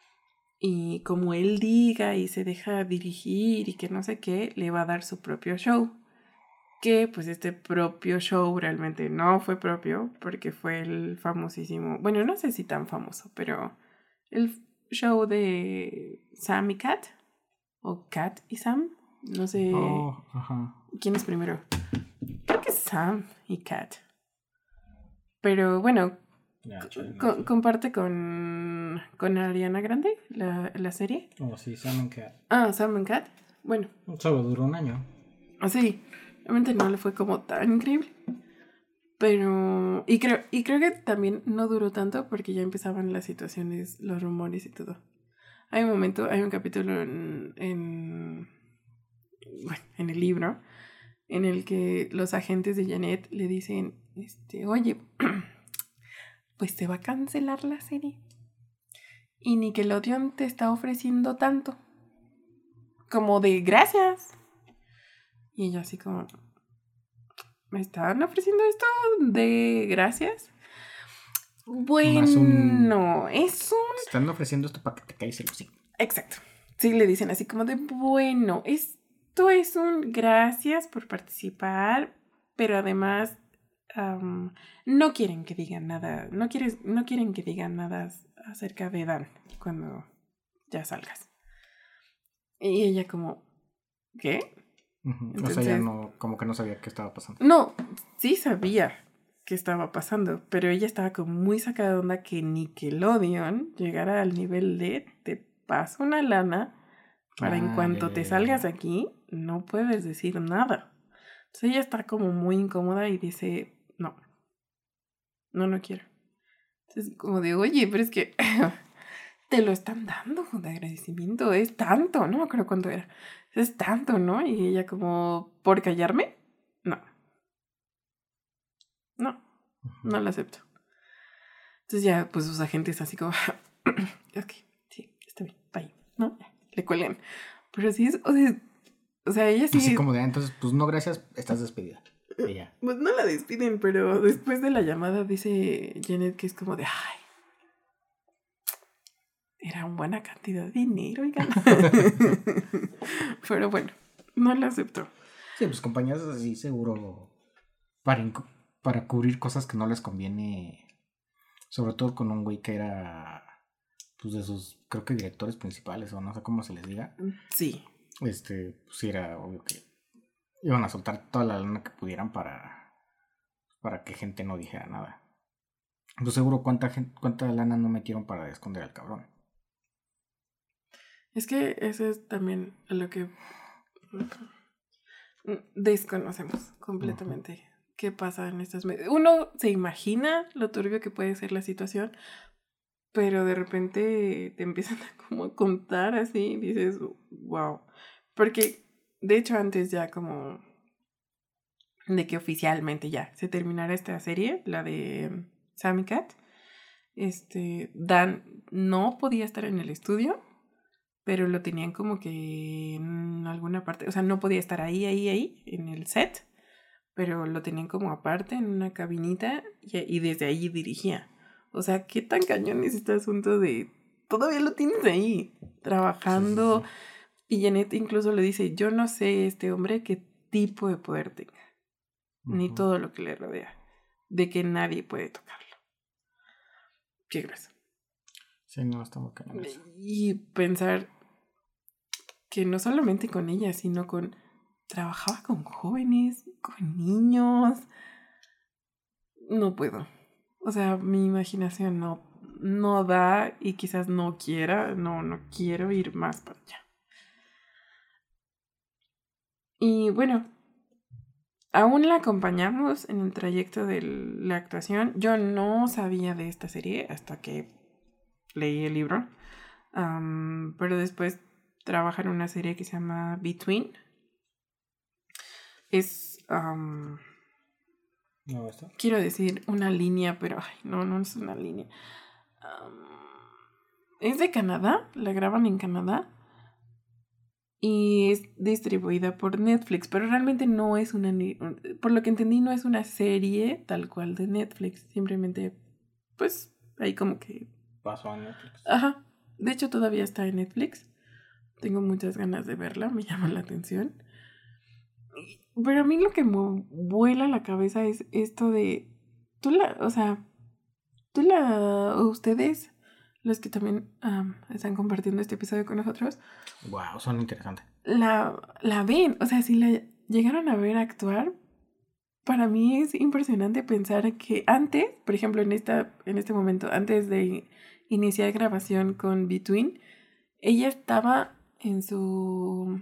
A: y como él diga y se deja dirigir y que no sé qué, le va a dar su propio show. Que, pues, este propio show realmente no fue propio porque fue el famosísimo, bueno, no sé si tan famoso, pero el show de Sam y Cat. O Cat y Sam. No sé.
B: Oh, ajá.
A: ¿Quién es primero? Creo que es Sam y Cat. Pero bueno,
B: Yeah,
A: co- comparte con, con Ariana Grande la, la serie.
B: Oh, sí, Sam and Cat.
A: Ah, Sam and Cat. Bueno.
B: Solo duró un año.
A: Sí, realmente no le fue como tan increíble. Pero. Y creo, y creo que también no duró tanto porque ya empezaban las situaciones, los rumores y todo. Hay un momento, hay un capítulo en, en, bueno, en el libro en el que los agentes de Janet le dicen, este, oye, pues te va a cancelar la serie. Y Nickelodeon te está ofreciendo tanto. Como de gracias. Y ella así como, ¿me están ofreciendo esto de gracias? Bueno, un... es un...
B: Están ofreciendo esto para que te caigas el hocico.
A: Exacto. Sí, le dicen así como de, bueno, esto es un gracias por participar, pero además um, no quieren que digan nada, no, quieres, no quieren que digan nada acerca de Dan cuando ya salgas. Y ella como, ¿qué?
B: Uh-huh. Entonces, o sea, ella no, como que no sabía qué estaba pasando.
A: No, sí sabía qué estaba pasando, pero ella estaba como muy sacada de onda que Nickelodeon llegara al nivel de te paso una lana para ah, en cuanto yeah, te salgas de aquí no puedes decir nada. Entonces ella está como muy incómoda y dice, no, no, no quiero. Entonces como de, oye, pero es que te lo están dando de agradecimiento, es tanto, no me acuerdo cuánto era, es tanto, ¿no? Y ella como, ¿por callarme? No. No, uh-huh. No lo acepto. Entonces ya, pues sus agentes así como, ok, sí, está bien, bye, ¿no? Le cuelgan. Pero sí es, o sea, o sea ella sí...
B: Así como de, entonces, pues no, gracias, estás despedida.
A: Ella. Pues no la despiden, pero después de la llamada dice Janet que es como de, ay, era una buena cantidad de dinero, oigan. Pero bueno, no la aceptó.
B: Sí, pues compañías así seguro para, inc- para cubrir cosas que no les conviene, sobre todo con un güey que era, pues de sus, creo que directores principales, o no sé cómo se les diga.
A: Sí.
B: Este, pues sí era obvio que iban a soltar toda la lana que pudieran para, para que gente no dijera nada. Pues seguro cuánta gente, cuánta lana no metieron para esconder al cabrón.
A: Es que eso es también lo que desconocemos completamente. Uh-huh. ¿Qué pasa en estas medidas? Uno se imagina lo turbio que puede ser la situación, pero de repente te empiezan a como a contar así y dices, wow. Porque de hecho antes ya como de que oficialmente ya se terminara esta serie, la de Sam y Cat, este, Dan no podía estar en el estudio, pero lo tenían como que en alguna parte, o sea, no podía estar ahí, ahí, ahí, en el set, pero lo tenían como aparte en una cabinita y, y desde ahí dirigía. O sea, ¿qué tan cañón es este asunto de todavía lo tienes ahí, trabajando? Sí, sí, sí. Y Janet incluso le dice, yo no sé este hombre qué tipo de poder tenga, uh-huh. ni todo lo que le rodea. de que nadie puede tocarlo. Qué grueso.
B: Sí, no, está muy cañón.
A: Y pensar que no solamente con ella, sino con... Trabajaba con jóvenes, con niños. No puedo. O sea, mi imaginación no, no da y quizás no quiera, no, no quiero ir más para allá. Y bueno, aún la acompañamos en el trayecto de la actuación. Yo no sabía de esta serie hasta que leí el libro. Um, pero después trabaja en una serie que se llama Between. Es... Um,
B: no, ¿está?
A: Quiero decir una línea, pero ay, no, no es una línea. Um, es de Canadá, la graban en Canadá. Y es distribuida por Netflix, pero realmente no es una... Por lo que entendí, no es una serie tal cual de Netflix. Simplemente, pues, ahí como que...
B: pasó en Netflix.
A: Ajá. De hecho, todavía está en Netflix. Tengo muchas ganas de verla, me llama la atención. Pero a mí lo que me vuela la cabeza es esto de... Tú la... O sea, tú la... Ustedes, los que también um, están compartiendo este episodio con nosotros...
B: Wow, son interesantes.
A: La, la ven, o sea, si la llegaron a ver actuar, para mí es impresionante pensar que antes, por ejemplo, en, esta, en este momento, antes de iniciar grabación con Between, ella estaba en su...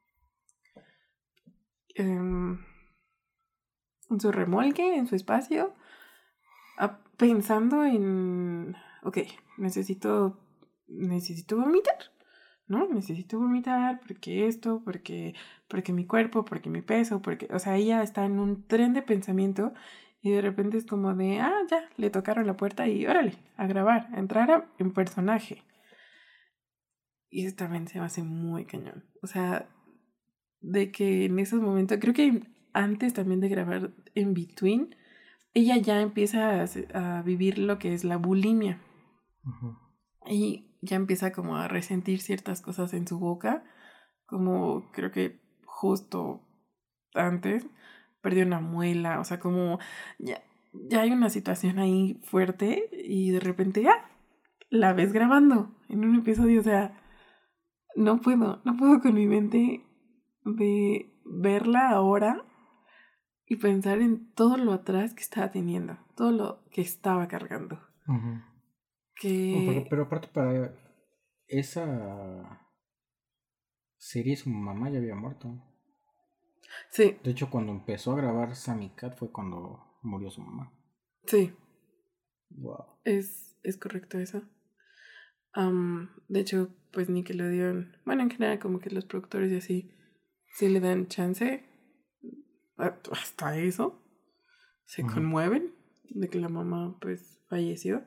A: Um, en su remolque, en su espacio, a, pensando en... Ok, necesito, necesito vomitar. ¿No? Necesito vomitar porque esto, porque, porque mi cuerpo, porque mi peso, porque... O sea, ella está en un tren de pensamiento y de repente es como de, ah, ya, le tocaron la puerta y órale, a grabar, a entrar a, en personaje. Y eso también se me hace muy cañón. O sea, de que en esos momentos, creo que antes también de grabar en Between, ella ya empieza a, a vivir lo que es la bulimia.
B: Uh-huh.
A: Y ya empieza como a resentir ciertas cosas en su boca, como creo que justo antes perdió una muela, o sea, como ya, ya hay una situación ahí fuerte y de repente, ¡ah!, la ves grabando en un episodio, o sea, no puedo, no puedo con mi mente de verla ahora y pensar en todo lo atrás que estaba teniendo, todo lo que estaba cargando.
B: Uh-huh.
A: Que...
B: No, pero, pero aparte para esa serie su mamá ya había muerto.
A: Sí.
B: De hecho, cuando empezó a grabar Sammy Cat fue cuando murió su mamá.
A: Sí.
B: Wow.
A: Es, es correcto eso. Um, de hecho, pues Nickelodeon, bueno, en general como que los productores y así, sí le dan chance, hasta eso, se uh-huh. conmueven de que la mamá pues falleció.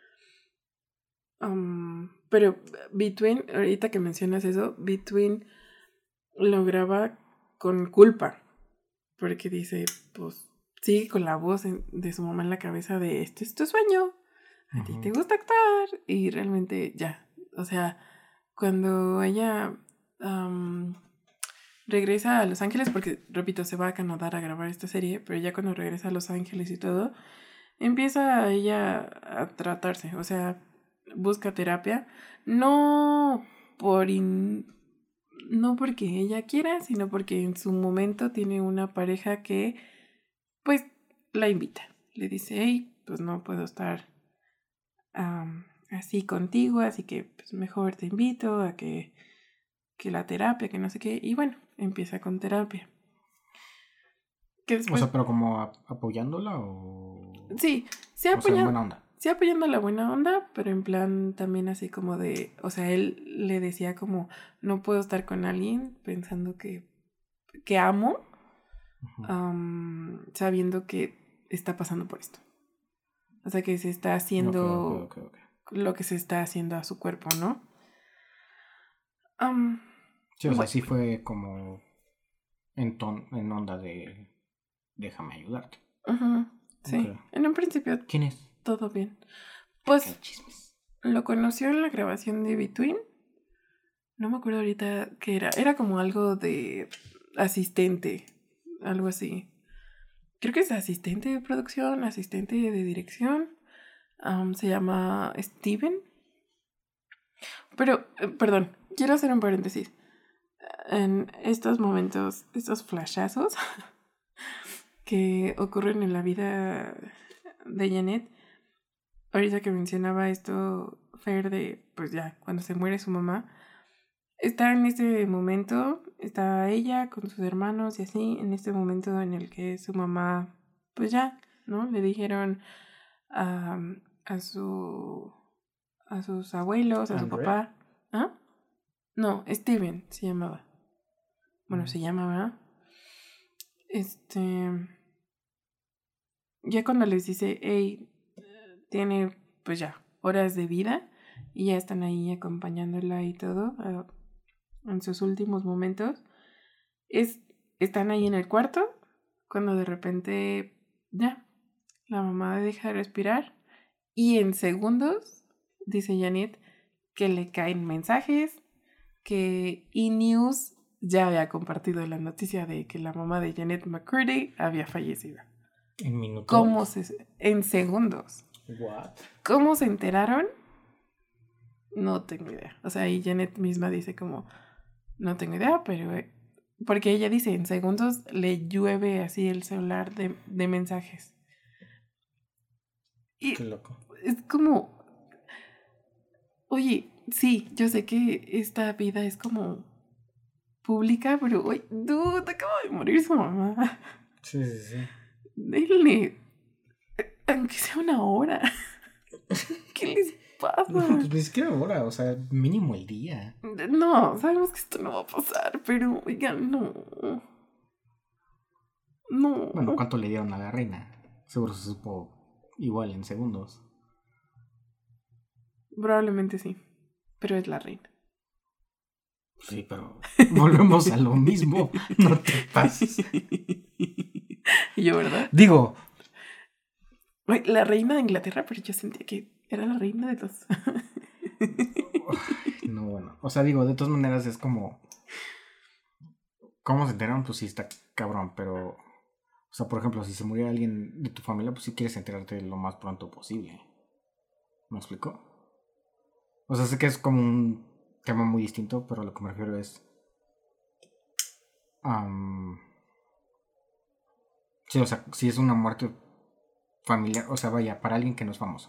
A: Um, pero Between, ahorita que mencionas eso, Between lo graba con culpa, porque dice, pues sigue con la voz de su mamá en la cabeza de, este es tu sueño, a uh-huh. ti te gusta actuar, y realmente ya, o sea, cuando ella um, regresa a Los Ángeles, porque repito, se va a Canadá a grabar esta serie, pero ya cuando regresa a Los Ángeles y todo, empieza ella a tratarse, o sea, busca terapia, no por in, no porque ella quiera, sino porque en su momento tiene una pareja que pues la invita, le dice, hey, pues no puedo estar um, así contigo, así que pues mejor te invito a que, que la terapia, que no sé qué, y bueno, empieza con terapia.
B: Que después... O sea, pero como a, apoyándola o...
A: Sí, sí
B: apoya... o sea, en buena onda.
A: Sí, apoyando la buena onda, pero en plan también así como de, o sea, él le decía como, no puedo estar con alguien pensando que, que amo, uh-huh. um, sabiendo que está pasando por esto. O sea, que se está haciendo
B: okay, okay, okay, okay.
A: lo que se está haciendo a su cuerpo, ¿no? Um,
B: sí, o bueno. sea, sí fue como en, ton, en onda de déjame ayudarte.
A: Uh-huh, sí, okay. En un principio...
B: ¿Quién es?
A: Todo bien. Pues lo conoció en la grabación de Between. No me acuerdo ahorita qué era. Era como algo de asistente, algo así. creo que es asistente de producción, asistente de dirección. Um, se llama Steven. Pero, eh, perdón, quiero hacer un paréntesis. En estos momentos, estos flashazos que ocurren en la vida de Janet, ahorita que mencionaba esto, Fer, de pues ya, cuando se muere su mamá, está en este momento, está ella con sus hermanos y así, en este momento en el que su mamá, pues ya, ¿no? Le dijeron a, a su a sus abuelos, a su
B: ¿André?
A: papá. ¿Ah? No, Steven se llamaba. Bueno,
B: Mm.
A: se llama, ¿verdad? Este... Ya cuando les dice, hey, tiene pues ya horas de vida y ya están ahí acompañándola y todo uh, en sus últimos momentos, es, están ahí en el cuarto cuando de repente ya la mamá deja de respirar y en segundos, dice Janet, que le caen mensajes, que E! News ya había compartido la noticia de que la mamá de Janet McCurdy había fallecido.
B: ¿En minutos?
A: ¿Cómo se...? En segundos.
B: ¿What?
A: ¿Cómo se enteraron? No tengo idea. O sea, y Janet misma dice como, no tengo idea, pero... Eh, porque ella dice, en segundos le llueve así el celular de, de mensajes. Y
B: qué loco.
A: Es como... Oye, sí, yo sé que esta vida es como pública, pero, oye, dude, acaba de morir su mamá.
B: Sí, sí, sí.
A: Denle, aunque sea una hora. ¿Qué les pasa?
B: No, pues ni siquiera ahora, o sea, mínimo el día.
A: No, sabemos que esto no va a pasar, pero, oigan, no. No.
B: Bueno, ¿cuánto le dieron a la reina? Seguro se supo igual en segundos.
A: Probablemente sí, pero es la reina.
B: Sí, pero volvemos a lo mismo. No te pases.
A: Y yo, ¿verdad?
B: Digo,
A: Oye, la reina de Inglaterra, pero yo sentía que era la reina de los...
B: no, bueno. O sea, digo, de todas maneras es como... ¿Cómo se enteraron? Pues sí está cabrón, pero... O sea, por ejemplo, si se muriera alguien de tu familia, pues sí quieres enterarte lo más pronto posible. ¿Me explico? O sea, sé que es como un tema muy distinto, pero a lo que me refiero es... Um, sí, o sea, si es una muerte familiar, o sea, vaya, para alguien que no es famoso.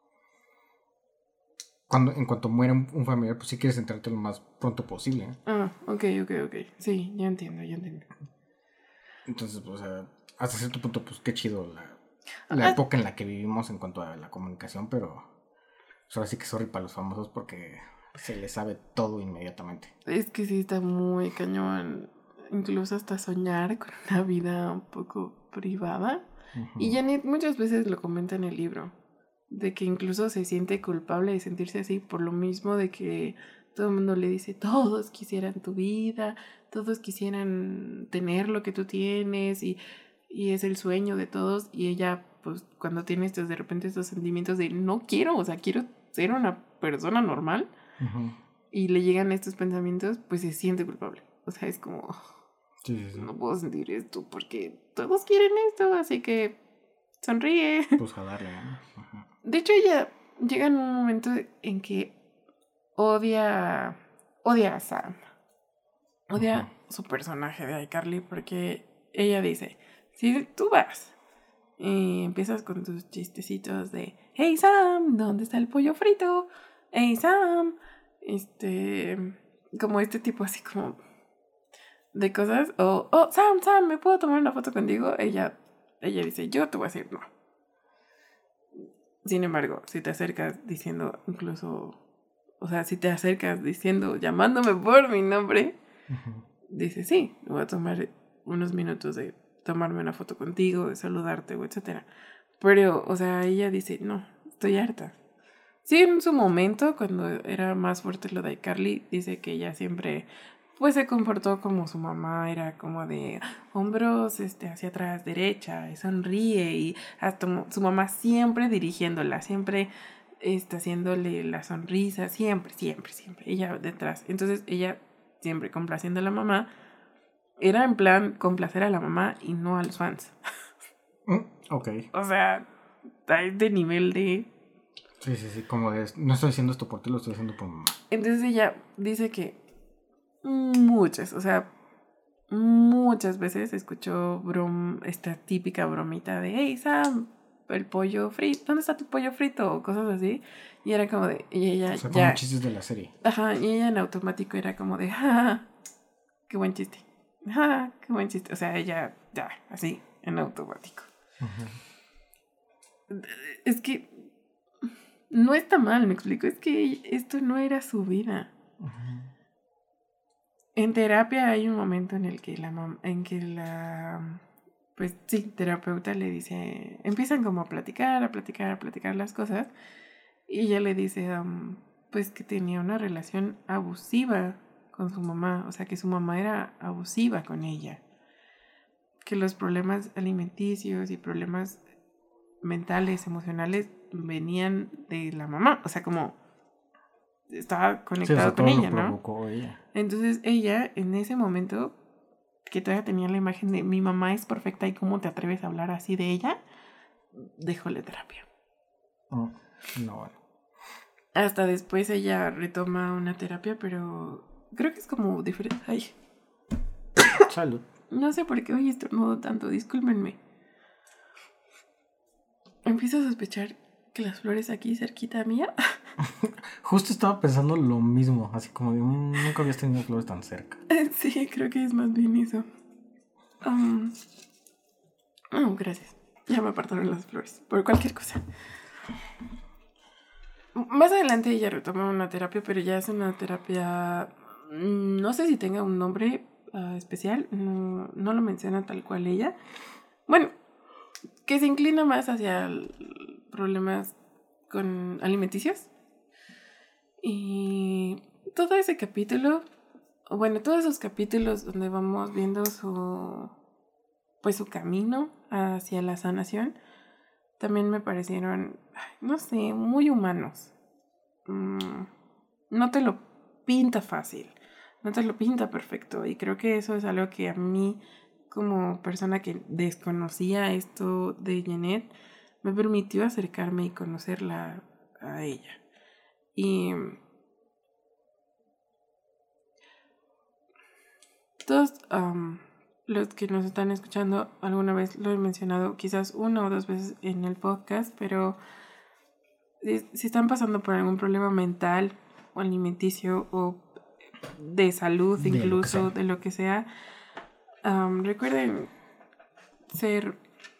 B: Cuando, en cuanto muere un, un familiar, pues sí quieres enterarte lo más pronto posible. ¿eh?
A: Ah, ok, ok, ok. Sí, ya entiendo, ya entiendo.
B: Entonces, pues, o sea, hasta cierto punto, pues qué chido la, la
A: Ah,
B: época en la que vivimos en cuanto a la comunicación, pero pues, ahora sí que sorry para los famosos porque se les sabe todo inmediatamente.
A: es que sí está muy cañón. Incluso hasta soñar con una vida un poco privada.
B: Uh-huh.
A: Y Janet muchas veces lo comenta en el libro. De que incluso se siente culpable de sentirse así por lo mismo de que todo el mundo le dice, todos quisieran tu vida, todos quisieran tener lo que tú tienes y, y es el sueño de todos. Y ella, pues cuando tiene estos de repente estos sentimientos de no quiero, o sea, quiero ser una persona normal
B: uh-huh.
A: y le llegan estos pensamientos, pues se siente culpable. O sea, es como,
B: sí, sí, sí.
A: no puedo sentir esto porque todos quieren esto, así que sonríe.
B: Pues jalarle, ¿no? Uh-huh.
A: De hecho, ella llega en un momento en que odia, odia a Sam. Odia uh-huh. su personaje de iCarly porque ella dice, si tú vas y empiezas con tus chistecitos de, hey Sam, ¿dónde está el pollo frito? Hey Sam, este, como este tipo así como de cosas, o, oh Sam, Sam, ¿me puedo tomar una foto contigo? Ella, ella dice, yo te voy a decir no. Sin embargo, si te acercas diciendo incluso, o sea, si te acercas diciendo, llamándome por mi nombre, uh-huh. dice, sí, me voy a tomar unos minutos de tomarme una foto contigo, de saludarte, o etcétera. Pero, o sea, ella dice, no, estoy harta. Sí, en su momento, cuando era más fuerte lo de iCarly, dice que ella siempre... pues se comportó como su mamá, era como de hombros este, hacia atrás, derecha, sonríe y hasta su mamá siempre dirigiéndola, siempre está haciéndole la sonrisa, siempre, siempre, siempre, ella detrás. Entonces ella siempre complaciendo a la mamá, era en plan complacer a la mamá y no a los fans.
B: Mm, ok.
A: O sea, de nivel de...
B: Sí, sí, sí, como de, no estoy haciendo esto por ti, lo estoy haciendo por mamá.
A: Entonces ella dice que muchas, o sea, muchas veces escuchó brom, esta típica bromita de, hey, Sam, el pollo frito, ¿dónde está tu pollo frito? O cosas así. Y era como de, y ella
B: O sea,
A: ya...
B: como chistes de la serie.
A: Ajá, y ella en automático era como de, ja, qué buen chiste. Ja, qué buen chiste. O sea, ella ya, así, en automático. Uh-huh. Es que no está mal, me explico. Es que esto no era su vida. Uh-huh. En terapia hay un momento en el que la mam- en que la pues sí, terapeuta le dice, empiezan como a platicar, a platicar, a platicar las cosas, y ella le dice um, pues que tenía una relación abusiva con su mamá, o sea que su mamá era abusiva con ella, que los problemas alimenticios y problemas mentales, emocionales venían de la mamá, o sea como estaba conectado sí, o sea, con ella, ¿no?
B: Ella.
A: Entonces ella en ese momento que todavía tenía la imagen de mi mamá es perfecta y cómo te atreves a hablar así de ella, dejó la terapia.
B: Oh, no, bueno.
A: Hasta después ella retoma una terapia, pero creo que es como diferente. Ay.
B: Salud.
A: No sé por qué hoy estornudo tanto, discúlpenme. Empiezo a sospechar que las flores aquí cerquita mía.
B: Justo estaba pensando lo mismo, así como de nunca habías tenido flores tan cerca.
A: Sí, creo que es más bien eso. Um, oh, gracias. Ya me apartaron las flores, por cualquier cosa. Más adelante ella retoma una terapia, pero ya es una terapia, no sé si tenga un nombre uh, especial, no, no lo menciona tal cual ella. Bueno, que se inclina más hacia problemas con alimenticios. Y todo ese capítulo, bueno, todos esos capítulos donde vamos viendo su, pues su camino hacia la sanación, también me parecieron, no sé, muy humanos. Mm, no te lo pinta fácil, no te lo pinta perfecto. Y creo que eso es algo que a mí, como persona que desconocía esto de Jeanette, me permitió acercarme y conocerla a ella. Y todos um, los que nos están escuchando, alguna vez lo he mencionado, quizás una o dos veces en el podcast, pero si, si están pasando por algún problema mental o alimenticio o de salud, de incluso, lo de lo que sea, um, recuerden ser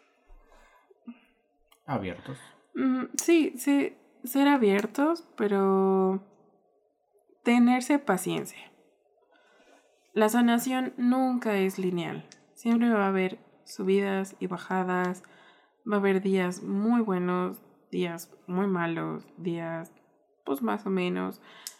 B: abiertos.
A: Mm, sí, sí, ser abiertos, pero tenerse paciencia. La sanación nunca es lineal. Siempre va a haber subidas y bajadas. Va a haber días muy buenos, días muy malos, días pues más o menos.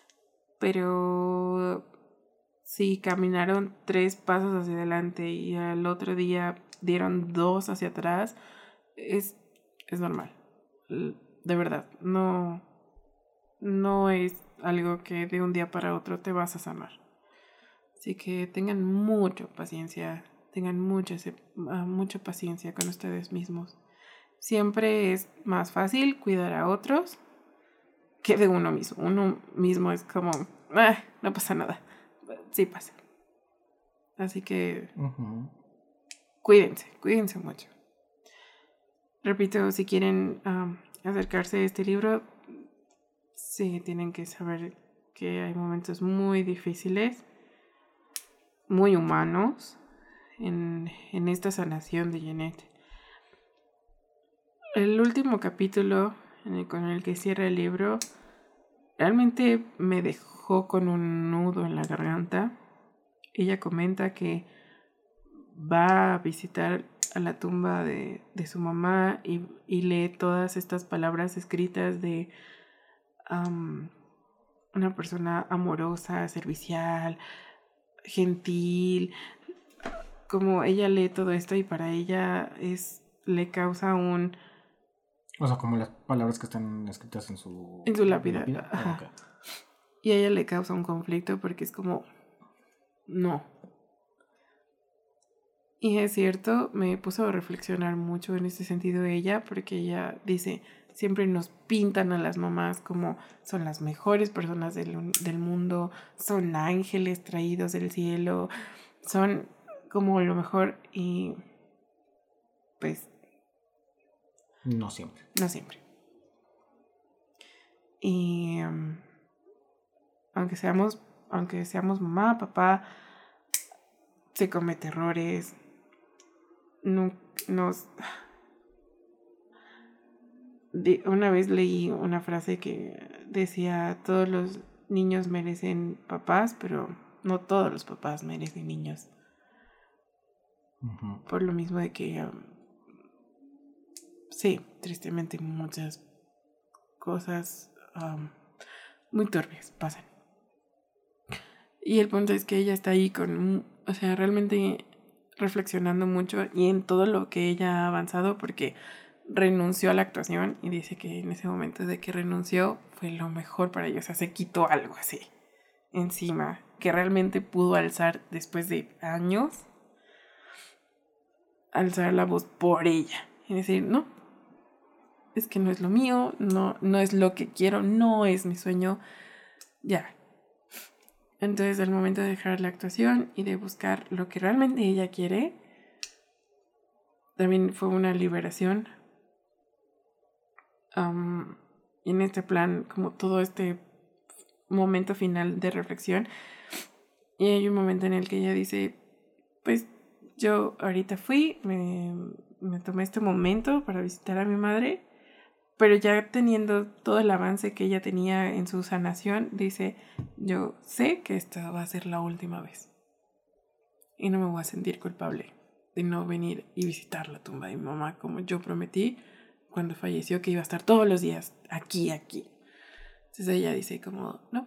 A: Pero si caminaron tres pasos hacia adelante y al otro día dieron dos hacia atrás, es, es normal. De verdad, no, no es algo que de un día para otro te vas a sanar. Así que tengan mucha paciencia, tengan mucha, mucha paciencia con ustedes mismos. Siempre es más fácil cuidar a otros que de uno mismo. Uno mismo es como, ah, no pasa nada. Sí pasa. Así que uh-huh. cuídense, cuídense mucho. Repito, si quieren um, acercarse a este libro, sí tienen que saber que hay momentos muy difíciles, muy humanos en, en esta sanación de Jeanette. El último capítulo en el, con el que cierra el libro realmente me dejó con un nudo en la garganta. Ella comenta que va a visitar a la tumba de, de su mamá y, y lee todas estas palabras escritas de um, una persona amorosa, servicial, gentil. Como ella lee todo esto y para ella es le causa un...
B: O sea, como las palabras que están escritas en su...
A: En su lápida. lápida.
B: Oh, okay.
A: Y a ella le causa un conflicto porque es como... No. Y es cierto, me puso a reflexionar mucho en ese sentido ella, porque ella dice, siempre nos pintan a las mamás como son las mejores personas del, del mundo, son ángeles traídos del cielo, son como lo mejor y pues...
B: No siempre.
A: No siempre. Y um, aunque seamos, aunque seamos mamá, papá, se comete errores. No, nos... De, una vez leí una frase que decía, todos los niños merecen papás, pero no todos los papás merecen niños.
B: Uh-huh.
A: Por lo mismo de que, um, sí, tristemente muchas cosas um, muy turbias pasan. Y el punto es que ella está ahí con, o sea, realmente reflexionando mucho y en todo lo que ella ha avanzado, porque renunció a la actuación y dice que en ese momento de que renunció fue lo mejor para ella, o sea, se quitó algo así encima que realmente pudo alzar después de años, alzar la voz por ella y decir, no, es que no es lo mío, no, no es lo que quiero, no es mi sueño, ya. Entonces, al momento de dejar la actuación y de buscar lo que realmente ella quiere, también fue una liberación. Um, y en este plan, como todo este momento final de reflexión, y hay un momento en el que ella dice, pues yo ahorita fui, me, me tomé este momento para visitar a mi madre, pero ya teniendo todo el avance que ella tenía en su sanación, dice, yo sé que esta va a ser la última vez. Y no me voy a sentir culpable de no venir y visitar la tumba de mi mamá como yo prometí cuando falleció, que iba a estar todos los días aquí, aquí. Entonces ella dice como, no.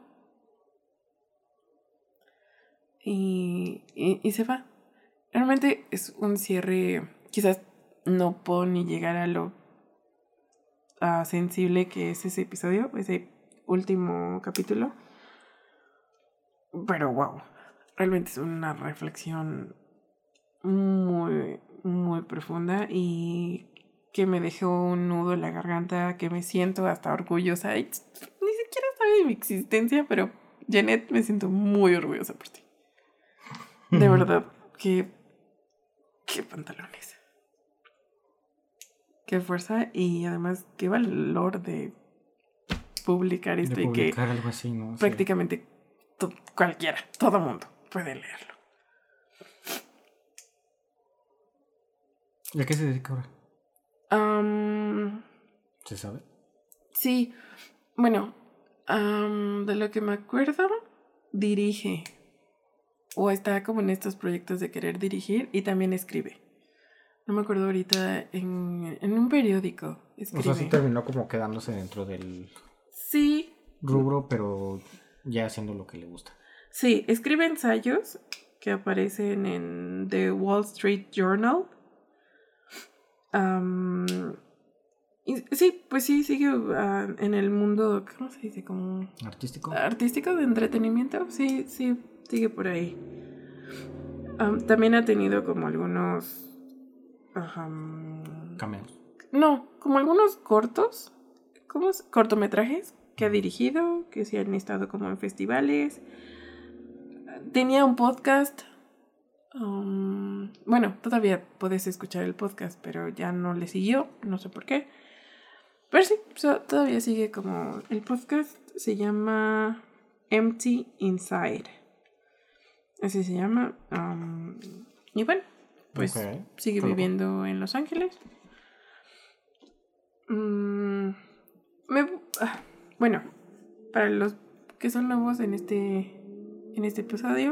A: Y, y, y se va. Realmente es un cierre, quizás no puedo ni llegar a lo uh, sensible que es ese episodio, ese último capítulo. Pero wow, realmente es una reflexión muy, muy profunda y que me dejó un nudo en la garganta, que me siento hasta orgullosa. Y ni siquiera sabe de mi existencia, pero Janet, me siento muy orgullosa por ti. De verdad, qué, qué pantalones. Qué fuerza y además qué valor de publicar esto
B: de publicar
A: y que
B: algo así, ¿no?
A: prácticamente sí. to- cualquiera, todo mundo puede leerlo.
B: ¿Y a qué se dedica ahora?
A: Um,
B: ¿Se sabe?
A: Sí, bueno, um, de lo que me acuerdo, dirige. O está como en estos proyectos de querer dirigir y también escribe. No me acuerdo ahorita, en, en un periódico escribe.
B: O sea, sí terminó como quedándose dentro del
A: Sí.
B: rubro, pero ya haciendo lo que le gusta.
A: Sí, escribe ensayos que aparecen en The Wall Street Journal. Um, y sí, pues sí, sigue uh, en el mundo, ¿cómo se dice? Como
B: ¿Artístico?
A: Artístico, de entretenimiento. Sí, sí, sigue por ahí. Um, también ha tenido como algunos... Um,
B: Cameos.
A: No, como algunos cortos, como cortometrajes que ha dirigido, que se han estado como en festivales. Tenía un podcast. Um, bueno, todavía puedes escuchar el podcast, pero ya no le siguió, no sé por qué. Pero sí, so, todavía sigue como... El podcast se llama Empty Inside. Así se llama. Um, y bueno, pues okay. sigue ¿Cómo? viviendo en Los Ángeles. Um, me, uh, bueno, para los que son nuevos en este, en este episodio,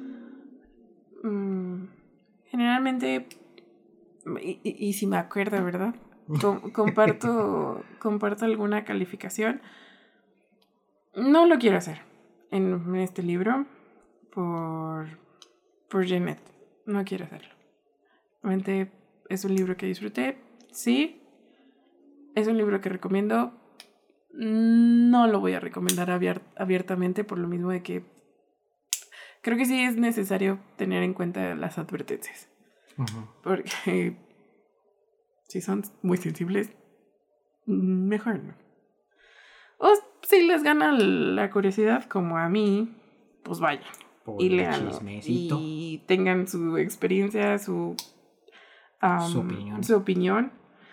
A: um, generalmente, y, y, y si me acuerdo, ¿verdad? Com- comparto, comparto alguna calificación. No lo quiero hacer en este libro por, por Janet. No quiero hacerlo. Realmente es un libro que disfruté. Sí. Es un libro que recomiendo. No lo voy a recomendar abier- abiertamente por lo mismo de que creo que sí es necesario tener en cuenta las advertencias.
B: Uh-huh.
A: Porque si son muy sensibles, mejor no. O si les gana la curiosidad, como a mí, pues vayan.
B: Por
A: y
B: el
A: leanlo.
B: chismecito.
A: Y tengan su experiencia, su, um,
B: Su opinión.
A: Su opinión.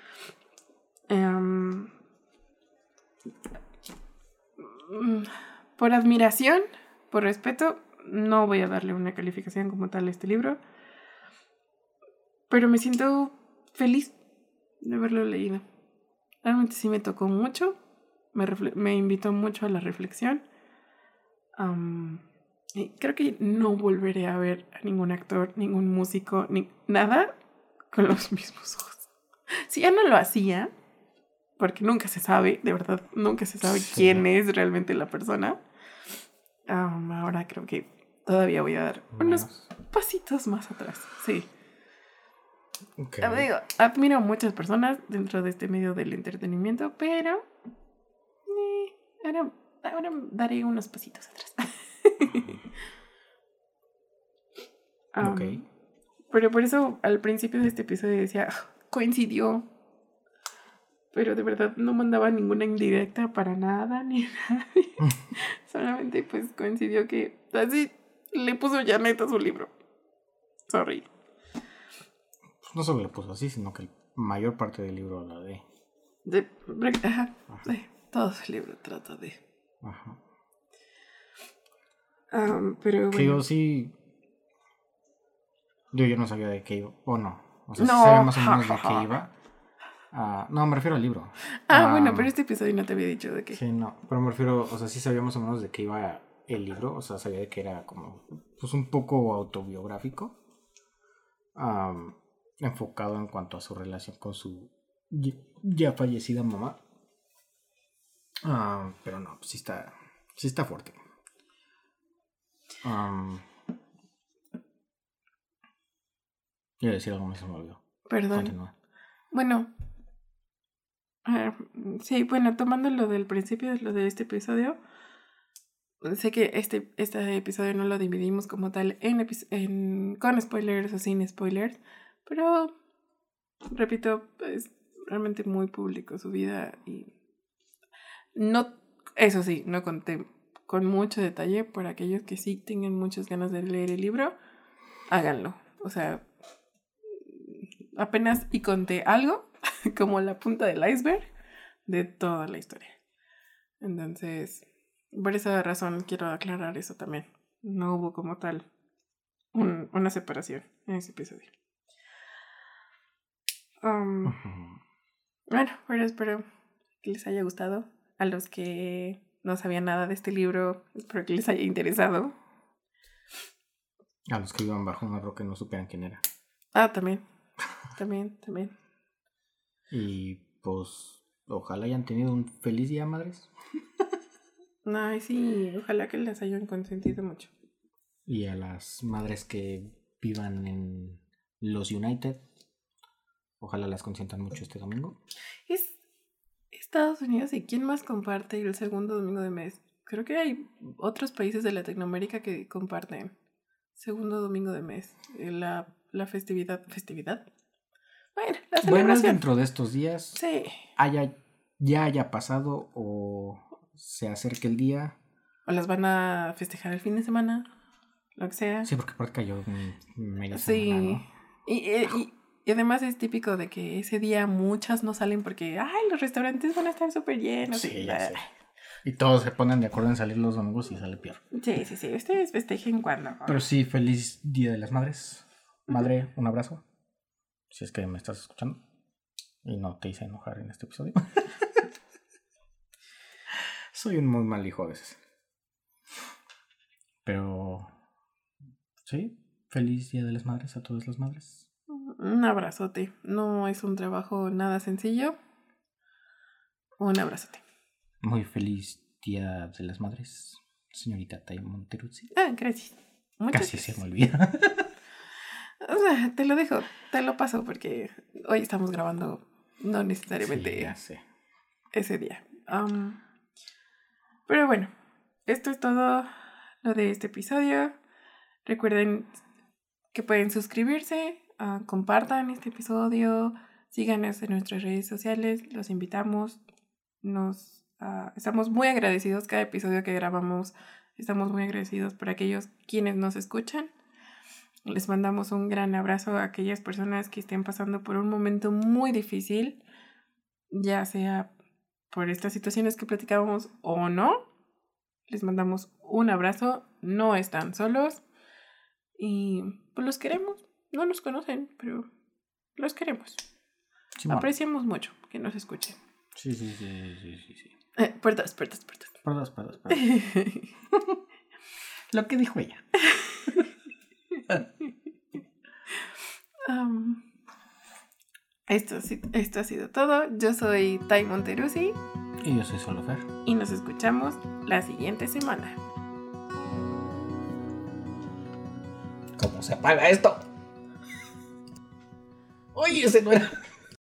A: Um, por admiración, por respeto, no voy a darle una calificación como tal a este libro. Pero me siento feliz de haberlo leído. Realmente sí me tocó mucho. Me, refle- me invitó mucho a la reflexión. Um, y creo que no volveré a ver a ningún actor, ningún músico, ni nada con los mismos ojos. Si ya no lo hacía, porque nunca se sabe, de verdad, nunca se sabe sí. quién es realmente la persona. Um, ahora creo que todavía voy a dar Menos. unos pasitos más atrás. Sí. Okay. Digo, admiro a muchas personas dentro de este medio del entretenimiento, pero eh, ahora, ahora daré unos pasitos atrás. um, ok. Pero por eso al principio de este episodio decía, coincidió. Pero de verdad no mandaba ninguna indirecta para nada, ni nadie. Solamente pues coincidió que así le puso Janet a su libro. Sorry.
B: No solo le puso así, sino que la mayor parte del libro habla de...
A: de ajá, ajá. De, todo el libro trata de...
B: Ajá.
A: Um, pero bueno.
B: Que yo sí... Yo, yo no sabía de qué iba, o no. O sea,
A: no,
B: sí sabía más o menos de qué iba. Uh, no, me refiero al libro.
A: Ah,
B: um,
A: bueno, pero este episodio no te había dicho de qué.
B: Sí, no, pero me refiero, o sea, sí sabía más o menos de qué iba el libro. O sea, sabía que era como, pues un poco autobiográfico. Um, enfocado en cuanto a su relación con su ya fallecida mamá. Uh, pero no, sí está, sí está fuerte. Um, iba a decir algo, me se me olvidó.
A: Perdón. Continúa. Bueno, uh, sí, bueno, tomando lo del principio, lo de este episodio, sé que este, este episodio no lo dividimos como tal en, en con spoilers o sin spoilers, pero repito, es realmente muy público su vida y no, eso sí, no conté con mucho detalle. Por aquellos que sí tengan muchas ganas de leer el libro, háganlo. O sea, apenas y conté algo como la punta del iceberg de toda la historia. Entonces, por esa razón quiero aclarar eso también. No hubo como tal un, una separación en ese episodio. Um, uh-huh. Bueno, pero espero que les haya gustado. A los que no sabían nada de este libro, espero que les haya interesado.
B: A los que iban bajo una roca y no supieran quién era.
A: Ah, también. También, también.
B: Y pues, ojalá hayan tenido un feliz día, madres.
A: Ay, sí, ojalá que las hayan consentido mucho.
B: Y a las madres que vivan en los United, ojalá las consientan mucho este domingo.
A: Es Estados Unidos, ¿y quién más comparte el segundo domingo de mes? Creo que hay otros países de Latinoamérica que comparten segundo domingo de mes. La, la festividad. ¿Festividad? Bueno, la celebración.
B: Bueno, es dentro de estos días.
A: Sí.
B: Haya, ya haya pasado o se acerque el día.
A: O las van a festejar el fin de semana, lo que sea.
B: Sí, porque aparte cayó media
A: sí.
B: semana, ¿no?
A: Y, y, y además es típico de que ese día muchas no salen porque, ay, los restaurantes van a estar súper llenos.
B: Sí, ya sé. Y todos se ponen de acuerdo en salir los domingos y sale peor.
A: Sí, sí, sí. Ustedes festejen cuando.
B: Pero sí, feliz Día de las Madres. Madre, uh-huh. Un abrazo. Si es que me estás escuchando. Y no te hice enojar en este episodio. Soy un muy mal hijo a veces. Pero sí, feliz Día de las Madres a todas las madres.
A: Un abrazote. No es un trabajo nada sencillo. Un abrazote.
B: Muy feliz Día de las Madres, señorita Tay Monteruzzi.
A: Ah, gracias. Muchas
B: Casi
A: gracias.
B: se me olvida.
A: O sea, te lo dejo, te lo paso porque hoy estamos grabando no necesariamente
B: sí, ya sé.
A: Ese día. Um, pero bueno, esto es todo lo de este episodio. Recuerden que pueden suscribirse Uh, compartan este episodio, síganos en nuestras redes sociales, los invitamos. Nos uh, estamos muy agradecidos cada episodio que grabamos. Estamos muy agradecidos por aquellos quienes nos escuchan. Les mandamos un gran abrazo a aquellas personas que estén pasando por un momento muy difícil, ya sea por estas situaciones que platicábamos o no. Les mandamos un abrazo, no están solos y pues los queremos. No nos conocen, pero los queremos. Sí, apreciamos mucho que nos escuchen.
B: Sí, sí, sí, sí, sí, sí.
A: Eh, puertas, puertas, puertas.
B: Puertas, puertas, puertas. Lo que dijo ella.
A: um, esto, esto ha sido todo. Yo soy Tai Monteruzzi.
B: Y yo soy Solofer.
A: Y nos escuchamos la siguiente semana.
B: ¿Cómo se apaga esto? Oye, ese no era.